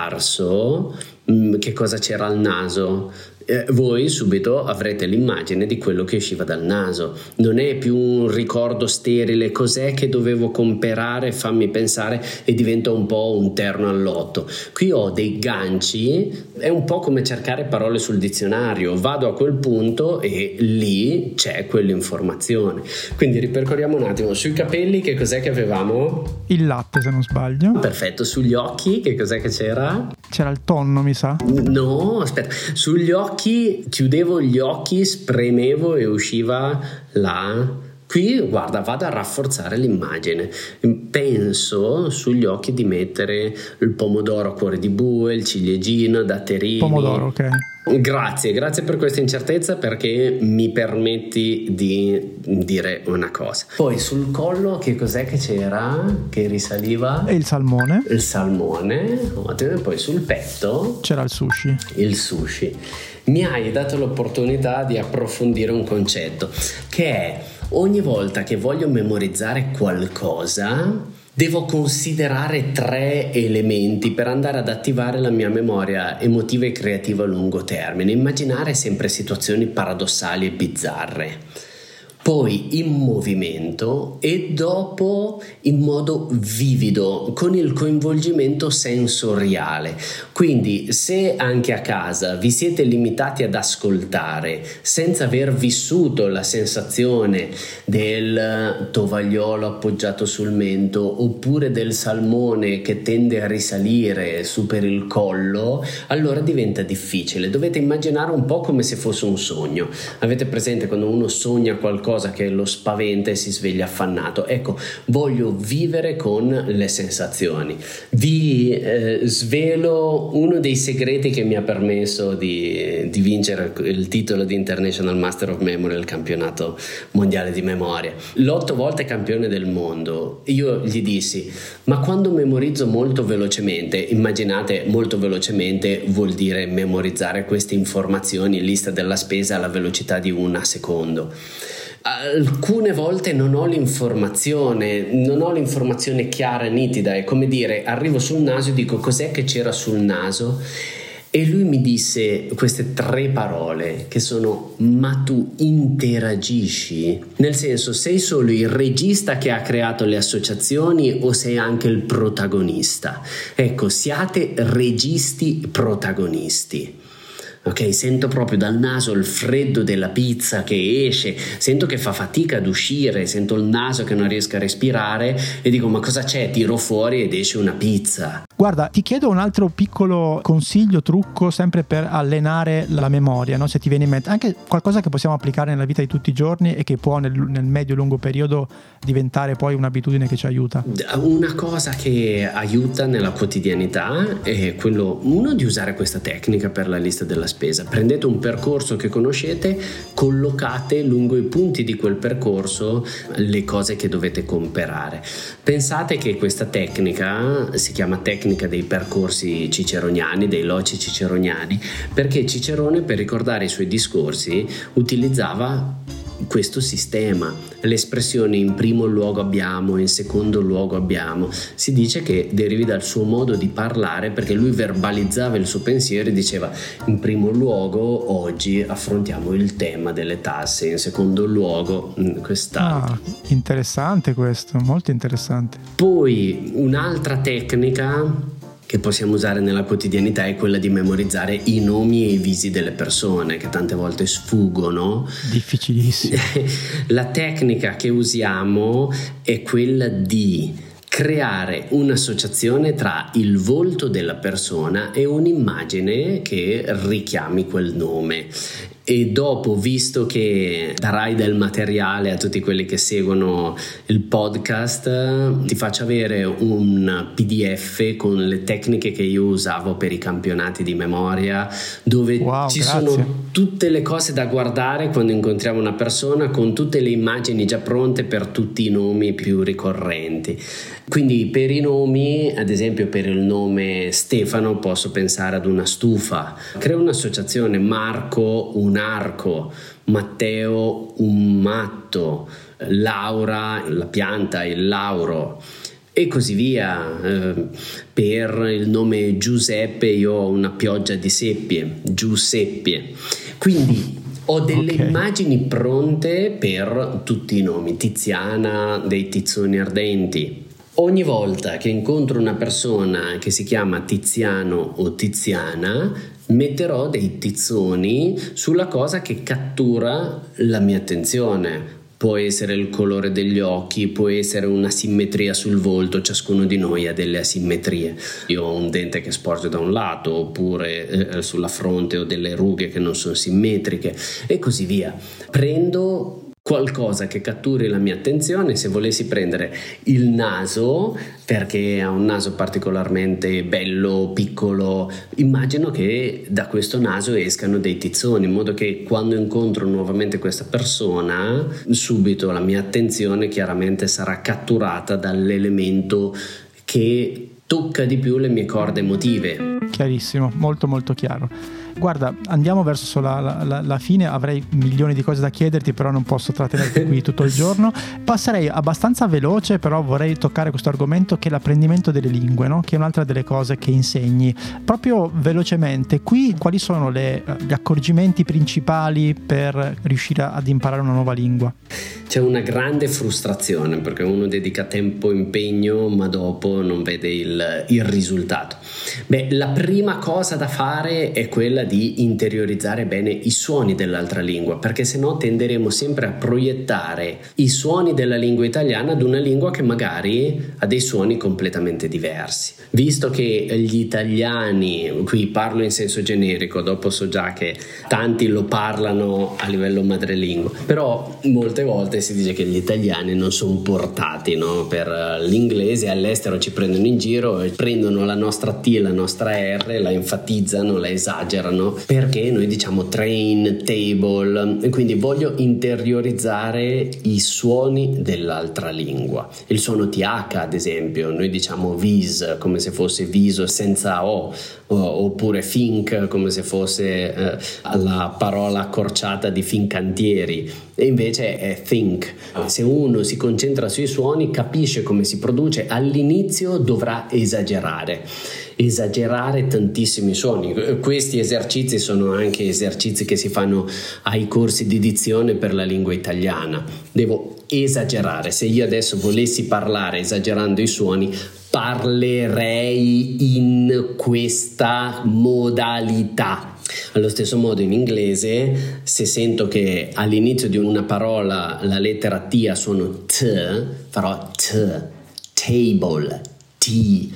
sparso mh, che cosa c'era al naso. Eh, voi subito avrete l'immagine di quello che usciva dal naso. Non è più un ricordo sterile, cos'è che dovevo comprare, fammi pensare, e diventa un po' un terno all'otto. Qui ho dei ganci, è un po' come cercare parole sul dizionario, vado a quel punto e lì c'è quell'informazione. Quindi ripercorriamo un attimo. Sui capelli che cos'è che avevamo? Il latte, se non sbaglio. Perfetto. Sugli occhi che cos'è che c'era? C'era il tonno, mi sa. No, aspetta, sugli occhi chiudevo gli occhi, spremevo e usciva la... Qui, guarda, vado a rafforzare l'immagine. Penso sugli occhi di mettere il pomodoro a cuore di bue, il ciliegino, datterini. Pomodoro, ok. Grazie, grazie per questa incertezza, perché mi permetti di dire una cosa. Poi sul collo che cos'è che c'era? Che risaliva? E il salmone. Il salmone, ottimo. E poi sul petto c'era il sushi. Il sushi. Mi hai dato l'opportunità di approfondire un concetto, che è: ogni volta che voglio memorizzare qualcosa devo considerare tre elementi per andare ad attivare la mia memoria emotiva e creativa a lungo termine. Immaginare sempre situazioni paradossali e bizzarre, poi in movimento e dopo in modo vivido, con il coinvolgimento sensoriale. Quindi se anche a casa vi siete limitati ad ascoltare senza aver vissuto la sensazione del tovagliolo appoggiato sul mento oppure del salmone che tende a risalire su per il collo, allora diventa difficile. Dovete immaginare un po' come se fosse un sogno. Avete presente quando uno sogna qualcosa che lo spaventa e si sveglia affannato? Ecco, voglio vivere con le sensazioni. Vi eh, svelo uno dei segreti che mi ha permesso di, di vincere il titolo di International Master of Memory al campionato mondiale di memoria. L'otto volte campione del mondo. Io gli dissi: ma quando memorizzo molto velocemente, immaginate molto velocemente vuol dire memorizzare queste informazioni, lista della spesa alla velocità di un secondo. Alcune volte non ho l'informazione, non ho l'informazione chiara e nitida, è come dire, arrivo sul naso e dico cos'è che c'era sul naso, e lui mi disse queste tre parole che sono: ma tu interagisci? Nel senso, sei solo il regista che ha creato le associazioni o sei anche il protagonista? Ecco, siate registi protagonisti. Ok, sento proprio dal naso il freddo della pizza che esce, sento che fa fatica ad uscire, sento il naso che non riesco a respirare e dico: ma cosa c'è? Tiro fuori ed esce una pizza. Guarda, ti chiedo un altro piccolo consiglio, trucco, sempre per allenare la memoria, no? Se ti viene in mente anche qualcosa che possiamo applicare nella vita di tutti i giorni e che può nel, nel medio-lungo periodo diventare poi un'abitudine che ci aiuta. Una cosa che aiuta nella quotidianità è quello, uno, di usare questa tecnica per la lista della spesa. Prendete un percorso che conoscete, collocate lungo i punti di quel percorso le cose che dovete comprare. Pensate che questa tecnica si chiama tecnica dei percorsi ciceroniani, dei loci ciceroniani, perché Cicerone, per ricordare i suoi discorsi, utilizzava questo sistema. L'espressione in primo luogo abbiamo, in secondo luogo abbiamo, si dice che derivi dal suo modo di parlare, perché lui verbalizzava il suo pensiero e diceva: in primo luogo oggi affrontiamo il tema delle tasse, in secondo luogo quest'altro. Ah, interessante questo, molto interessante. Poi un'altra tecnica che possiamo usare nella quotidianità è quella di memorizzare i nomi e i visi delle persone, che tante volte sfuggono. Difficilissimo. La tecnica che usiamo è quella di creare un'associazione tra il volto della persona e un'immagine che richiami quel nome. E dopo, visto che darai del materiale a tutti quelli che seguono il podcast, ti faccio avere un P D F con le tecniche che io usavo per i campionati di memoria, dove wow, ci grazie. sono tutte le cose da guardare quando incontriamo una persona, con tutte le immagini già pronte per tutti i nomi più ricorrenti. Quindi per i nomi, ad esempio per il nome Stefano, posso pensare ad una stufa. Creo un'associazizione: Marco, un arco; Matteo, un matto; Laura, la pianta, il lauro, e così via. Eh, per il nome Giuseppe io ho una pioggia di seppie, Giuseppe. Quindi ho delle okay. immagini pronte per tutti i nomi. Tiziana, dei tizzoni ardenti. Ogni volta che incontro una persona che si chiama Tiziano o Tiziana, metterò dei tizzoni sulla cosa che cattura la mia attenzione. Può essere il colore degli occhi, può essere una simmetria sul volto, ciascuno di noi ha delle asimmetrie. Io ho un dente che sporge da un lato, oppure eh, sulla fronte ho delle rughe che non sono simmetriche, e così via. Prendo qualcosa che catturi la mia attenzione. Se volessi prendere il naso, perché ha un naso particolarmente bello, piccolo, immagino che da questo naso escano dei tizzoni, in modo che quando incontro nuovamente questa persona, subito la mia attenzione chiaramente sarà catturata dall'elemento che tocca di più le mie corde emotive. Chiarissimo, molto molto chiaro. Guarda, andiamo verso la, la, la fine, avrei milioni di cose da chiederti, però non posso trattenerti qui tutto il giorno. Passerei abbastanza veloce, però vorrei toccare questo argomento, che è l'apprendimento delle lingue, no? Che è un'altra delle cose che insegni. Proprio velocemente, qui quali sono le, gli accorgimenti principali per riuscire ad imparare una nuova lingua? C'è una grande frustrazione, perché uno dedica tempo e impegno, ma dopo non vede il, il risultato. Beh, la prima cosa da fare è quella di interiorizzare bene i suoni dell'altra lingua, perché sennò tenderemo sempre a proiettare i suoni della lingua italiana ad una lingua che magari ha dei suoni completamente diversi. Visto che gli italiani, qui parlo in senso generico, dopo so già che tanti lo parlano a livello madrelingua, però molte volte si dice che gli italiani non sono portati, no, per l'inglese. All'estero ci prendono in giro e prendono la nostra T, la nostra R, la enfatizzano, la esagerano, perché noi diciamo train, table, e quindi voglio interiorizzare i suoni dell'altra lingua. Il suono T H, ad esempio, noi diciamo vis come se fosse viso senza O, oppure think come se fosse eh, la parola accorciata di Fincantieri, e invece è think. Se uno si concentra sui suoni, capisce come si produce. All'inizio dovrà esagerare esagerare tantissimi suoni. Questi esercizi sono anche esercizi che si fanno ai corsi di dizione per la lingua italiana. Devo esagerare. Se io adesso volessi parlare esagerando i suoni, parlerei in questa modalità. Allo stesso modo in inglese, se sento che all'inizio di una parola la lettera T ha suono T, farò T, table, T,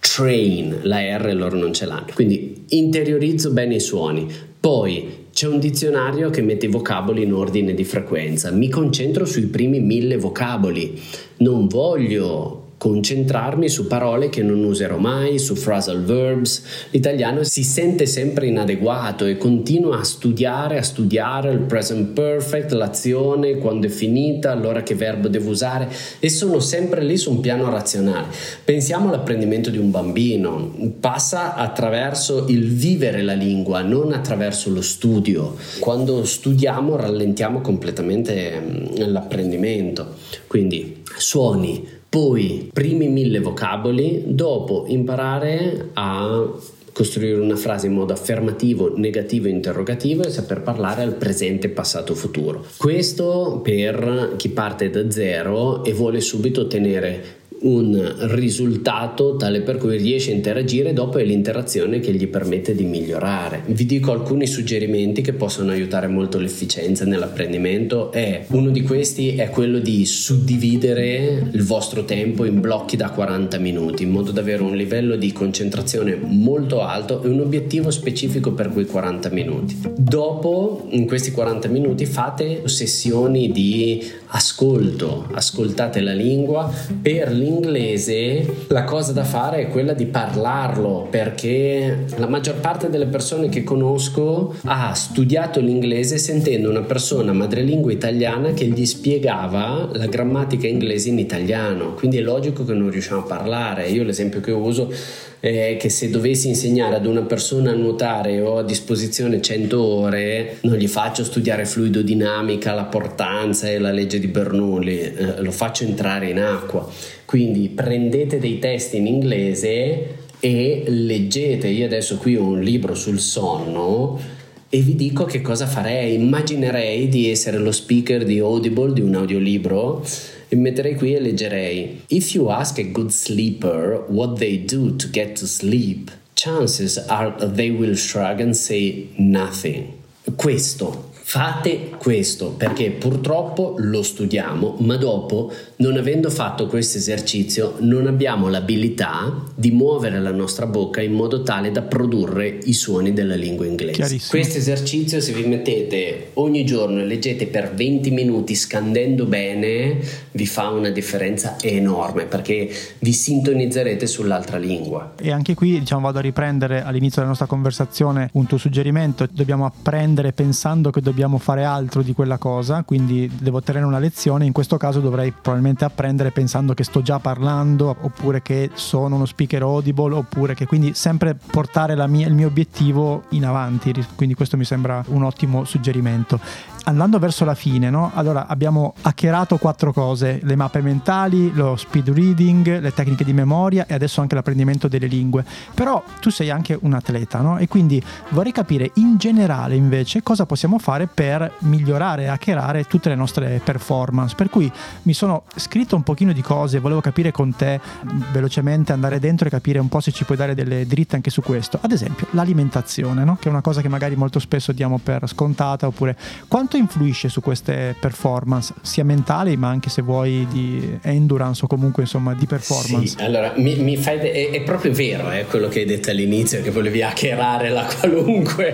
train, la R loro non ce l'hanno, quindi interiorizzo bene i suoni. Poi c'è un dizionario che mette i vocaboli in ordine di frequenza, mi concentro sui primi mille vocaboli, non voglio concentrarmi su parole che non userò mai, su phrasal verbs. L'italiano si sente sempre inadeguato e continua a studiare, a studiare il present perfect, l'azione, quando è finita, allora che verbo devo usare, e sono sempre lì su un piano razionale. Pensiamo all'apprendimento di un bambino, passa attraverso il vivere la lingua, non attraverso lo studio. Quando studiamo rallentiamo completamente l'apprendimento, quindi suoni, poi primi mille vocaboli, dopo imparare a costruire una frase in modo affermativo, negativo e interrogativo e saper parlare al presente, passato, futuro. Questo per chi parte da zero e vuole subito ottenere un risultato tale per cui riesce a interagire, dopo è l'interazione che gli permette di migliorare. Vi dico alcuni suggerimenti che possono aiutare molto l'efficienza nell'apprendimento, e uno di questi è quello di suddividere il vostro tempo in blocchi da quaranta minuti, in modo da avere un livello di concentrazione molto alto e un obiettivo specifico per quei quaranta minuti. Dopo, in questi quaranta minuti, fate sessioni di ascolto, ascoltate la lingua. Per l'inglese la cosa da fare è quella di parlarlo, perché la maggior parte delle persone che conosco ha studiato l'inglese sentendo una persona madrelingua italiana che gli spiegava la grammatica inglese in italiano, quindi è logico che non riusciamo a parlare. Io l'esempio che uso è che se dovessi insegnare ad una persona a nuotare e ho a disposizione cento ore, non gli faccio studiare fluidodinamica, la portanza e la legge di Bernoulli, eh, lo faccio entrare in acqua. Quindi prendete dei testi in inglese e leggete. Io adesso qui ho un libro sul sonno e vi dico che cosa farei. Immaginerei di essere lo speaker di Audible, di un audiolibro, e mi metterei qui e leggerei: If you ask a good sleeper what they do to get to sleep, chances are they will shrug and say nothing. Questo. Fate questo, perché purtroppo lo studiamo, ma dopo, non avendo fatto questo esercizio, non abbiamo l'abilità di muovere la nostra bocca in modo tale da produrre i suoni della lingua inglese. Questo esercizio, se vi mettete ogni giorno e leggete per venti minuti scandendo bene, vi fa una differenza enorme, perché vi sintonizzerete sull'altra lingua. E anche qui, diciamo, vado a riprendere all'inizio della nostra conversazione un tuo suggerimento: dobbiamo apprendere pensando che dobbiamo dobbiamo fare altro di quella cosa, quindi devo tenere una lezione. In questo caso dovrei probabilmente apprendere pensando che sto già parlando, oppure che sono uno speaker Audible, oppure che, quindi sempre portare la mia, il mio obiettivo in avanti. Quindi questo mi sembra un ottimo suggerimento. Andando verso la fine, no? Allora abbiamo hackerato quattro cose: le mappe mentali, lo speed reading, le tecniche di memoria e adesso anche l'apprendimento delle lingue. Però tu sei anche un atleta, no? E quindi vorrei capire in generale invece cosa possiamo fare per migliorare e hackerare tutte le nostre performance. Per cui mi sono scritto un pochino di cose, volevo capire con te velocemente, andare dentro e capire un po' se ci puoi dare delle dritte anche su questo. Ad esempio l'alimentazione, no? Che è una cosa che magari molto spesso diamo per scontata, oppure quanto influisce su queste performance, sia mentali ma anche, se vuoi, di endurance o comunque insomma di performance? Sì, allora mi, mi fai de- è, è proprio vero eh, quello che hai detto all'inizio, che volevi hackerare la qualunque.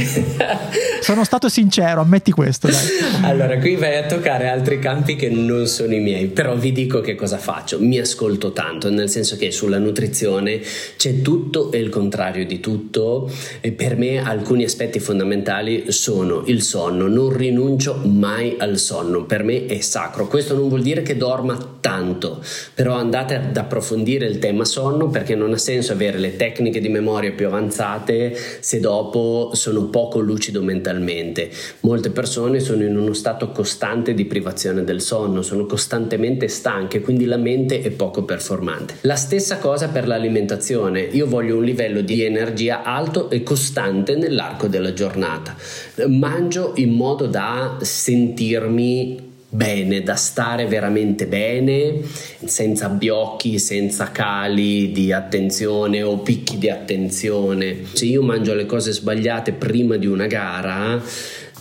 Sono stato sincero, ammetti questo, dai. Allora qui vai a toccare altri campi che non sono i miei, però vi dico che cosa faccio. Mi ascolto tanto, nel senso che sulla nutrizione c'è tutto e il contrario di tutto, e per me alcuni aspetti fondamentali sono il sonno. Non rinuncio mai al sonno, per me è sacro. Questo non vuol dire che dorma tanto, però andate ad approfondire il tema sonno, perché non ha senso avere le tecniche di memoria più avanzate se dopo sono poco lucido mentalmente. Molte persone sono in uno stato costante di privazione del sonno, sono costantemente stanche, quindi la mente è poco performante. La stessa cosa per l'alimentazione. Io voglio un livello di energia alto e costante nell'arco della giornata. Mangio in modo da sentirmi bene, da stare veramente bene, senza abbiocchi, senza cali di attenzione o picchi di attenzione. Se io mangio le cose sbagliate prima di una gara,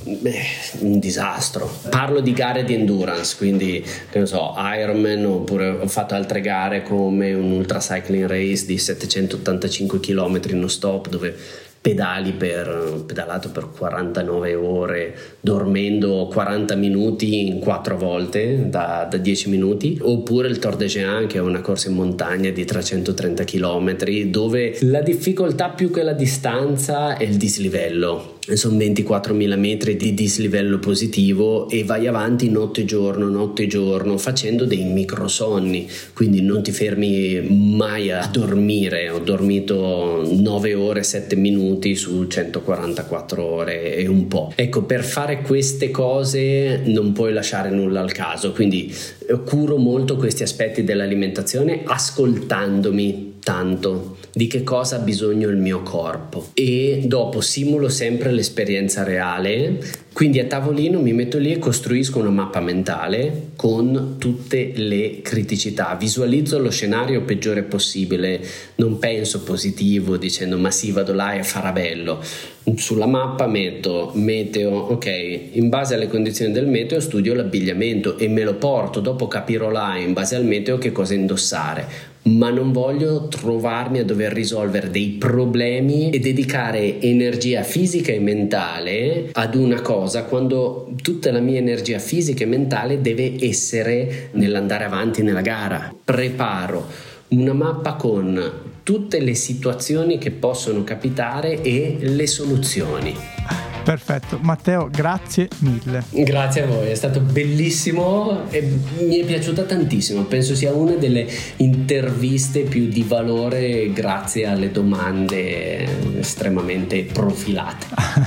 beh, un disastro. Parlo di gare di endurance, quindi che ne so, Ironman, oppure ho fatto altre gare come un ultra cycling race di settecentottantacinque chilometri non stop, dove pedali per pedalato per quarantanove ore, dormendo quaranta minuti in quattro volte da, da dieci minuti, oppure il Tor des Géants, che è una corsa in montagna di trecentotrenta chilometri, dove la difficoltà più che la distanza è il dislivello. Sono ventiquattromila metri di dislivello positivo e vai avanti notte e giorno, notte e giorno, facendo dei microsonni, quindi non ti fermi mai a dormire. Ho dormito nove ore e sette minuti su centoquarantaquattro ore e un po'. Ecco, per fare queste cose non puoi lasciare nulla al caso, quindi curo molto questi aspetti dell'alimentazione ascoltandomi tanto di che cosa ha bisogno il mio corpo, e dopo simulo sempre l'esperienza reale, quindi a tavolino mi metto lì e costruisco una mappa mentale con tutte le criticità, visualizzo lo scenario peggiore possibile, non penso positivo dicendo ma sì, vado là e farà bello. Sulla mappa metto meteo, ok, in base alle condizioni del meteo studio l'abbigliamento e me lo porto, dopo capirò là in base al meteo che cosa indossare, ma non voglio trovarmi a dover risolvere dei problemi e dedicare energia fisica e mentale ad una cosa quando tutta la mia energia fisica e mentale deve essere nell'andare avanti nella gara. Preparo una mappa con tutte le situazioni che possono capitare e le soluzioni. Perfetto, Matteo, grazie mille. Grazie a voi, è stato bellissimo e mi è piaciuta tantissimo. Penso sia una delle interviste più di valore grazie alle domande estremamente profilate.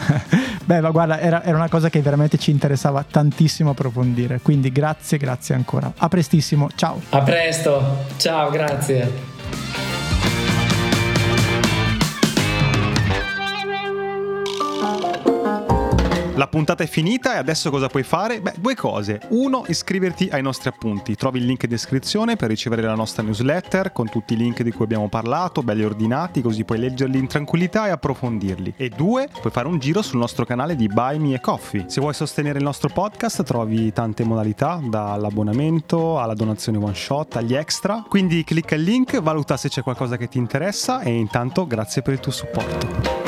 Beh, ma guarda, era, era una cosa che veramente ci interessava tantissimo approfondire, quindi grazie, grazie ancora. A prestissimo, ciao. A presto, ciao, grazie. La puntata è finita e adesso cosa puoi fare? Beh, due cose. Uno, iscriverti ai nostri appunti. Trovi il link in descrizione per ricevere la nostra newsletter con tutti i link di cui abbiamo parlato, belli ordinati, così puoi leggerli in tranquillità e approfondirli. E due, puoi fare un giro sul nostro canale di Buy Me a Coffee. Se vuoi sostenere il nostro podcast trovi tante modalità, dall'abbonamento alla donazione one shot, agli extra. Quindi clicca il link, valuta se c'è qualcosa che ti interessa e intanto grazie per il tuo supporto.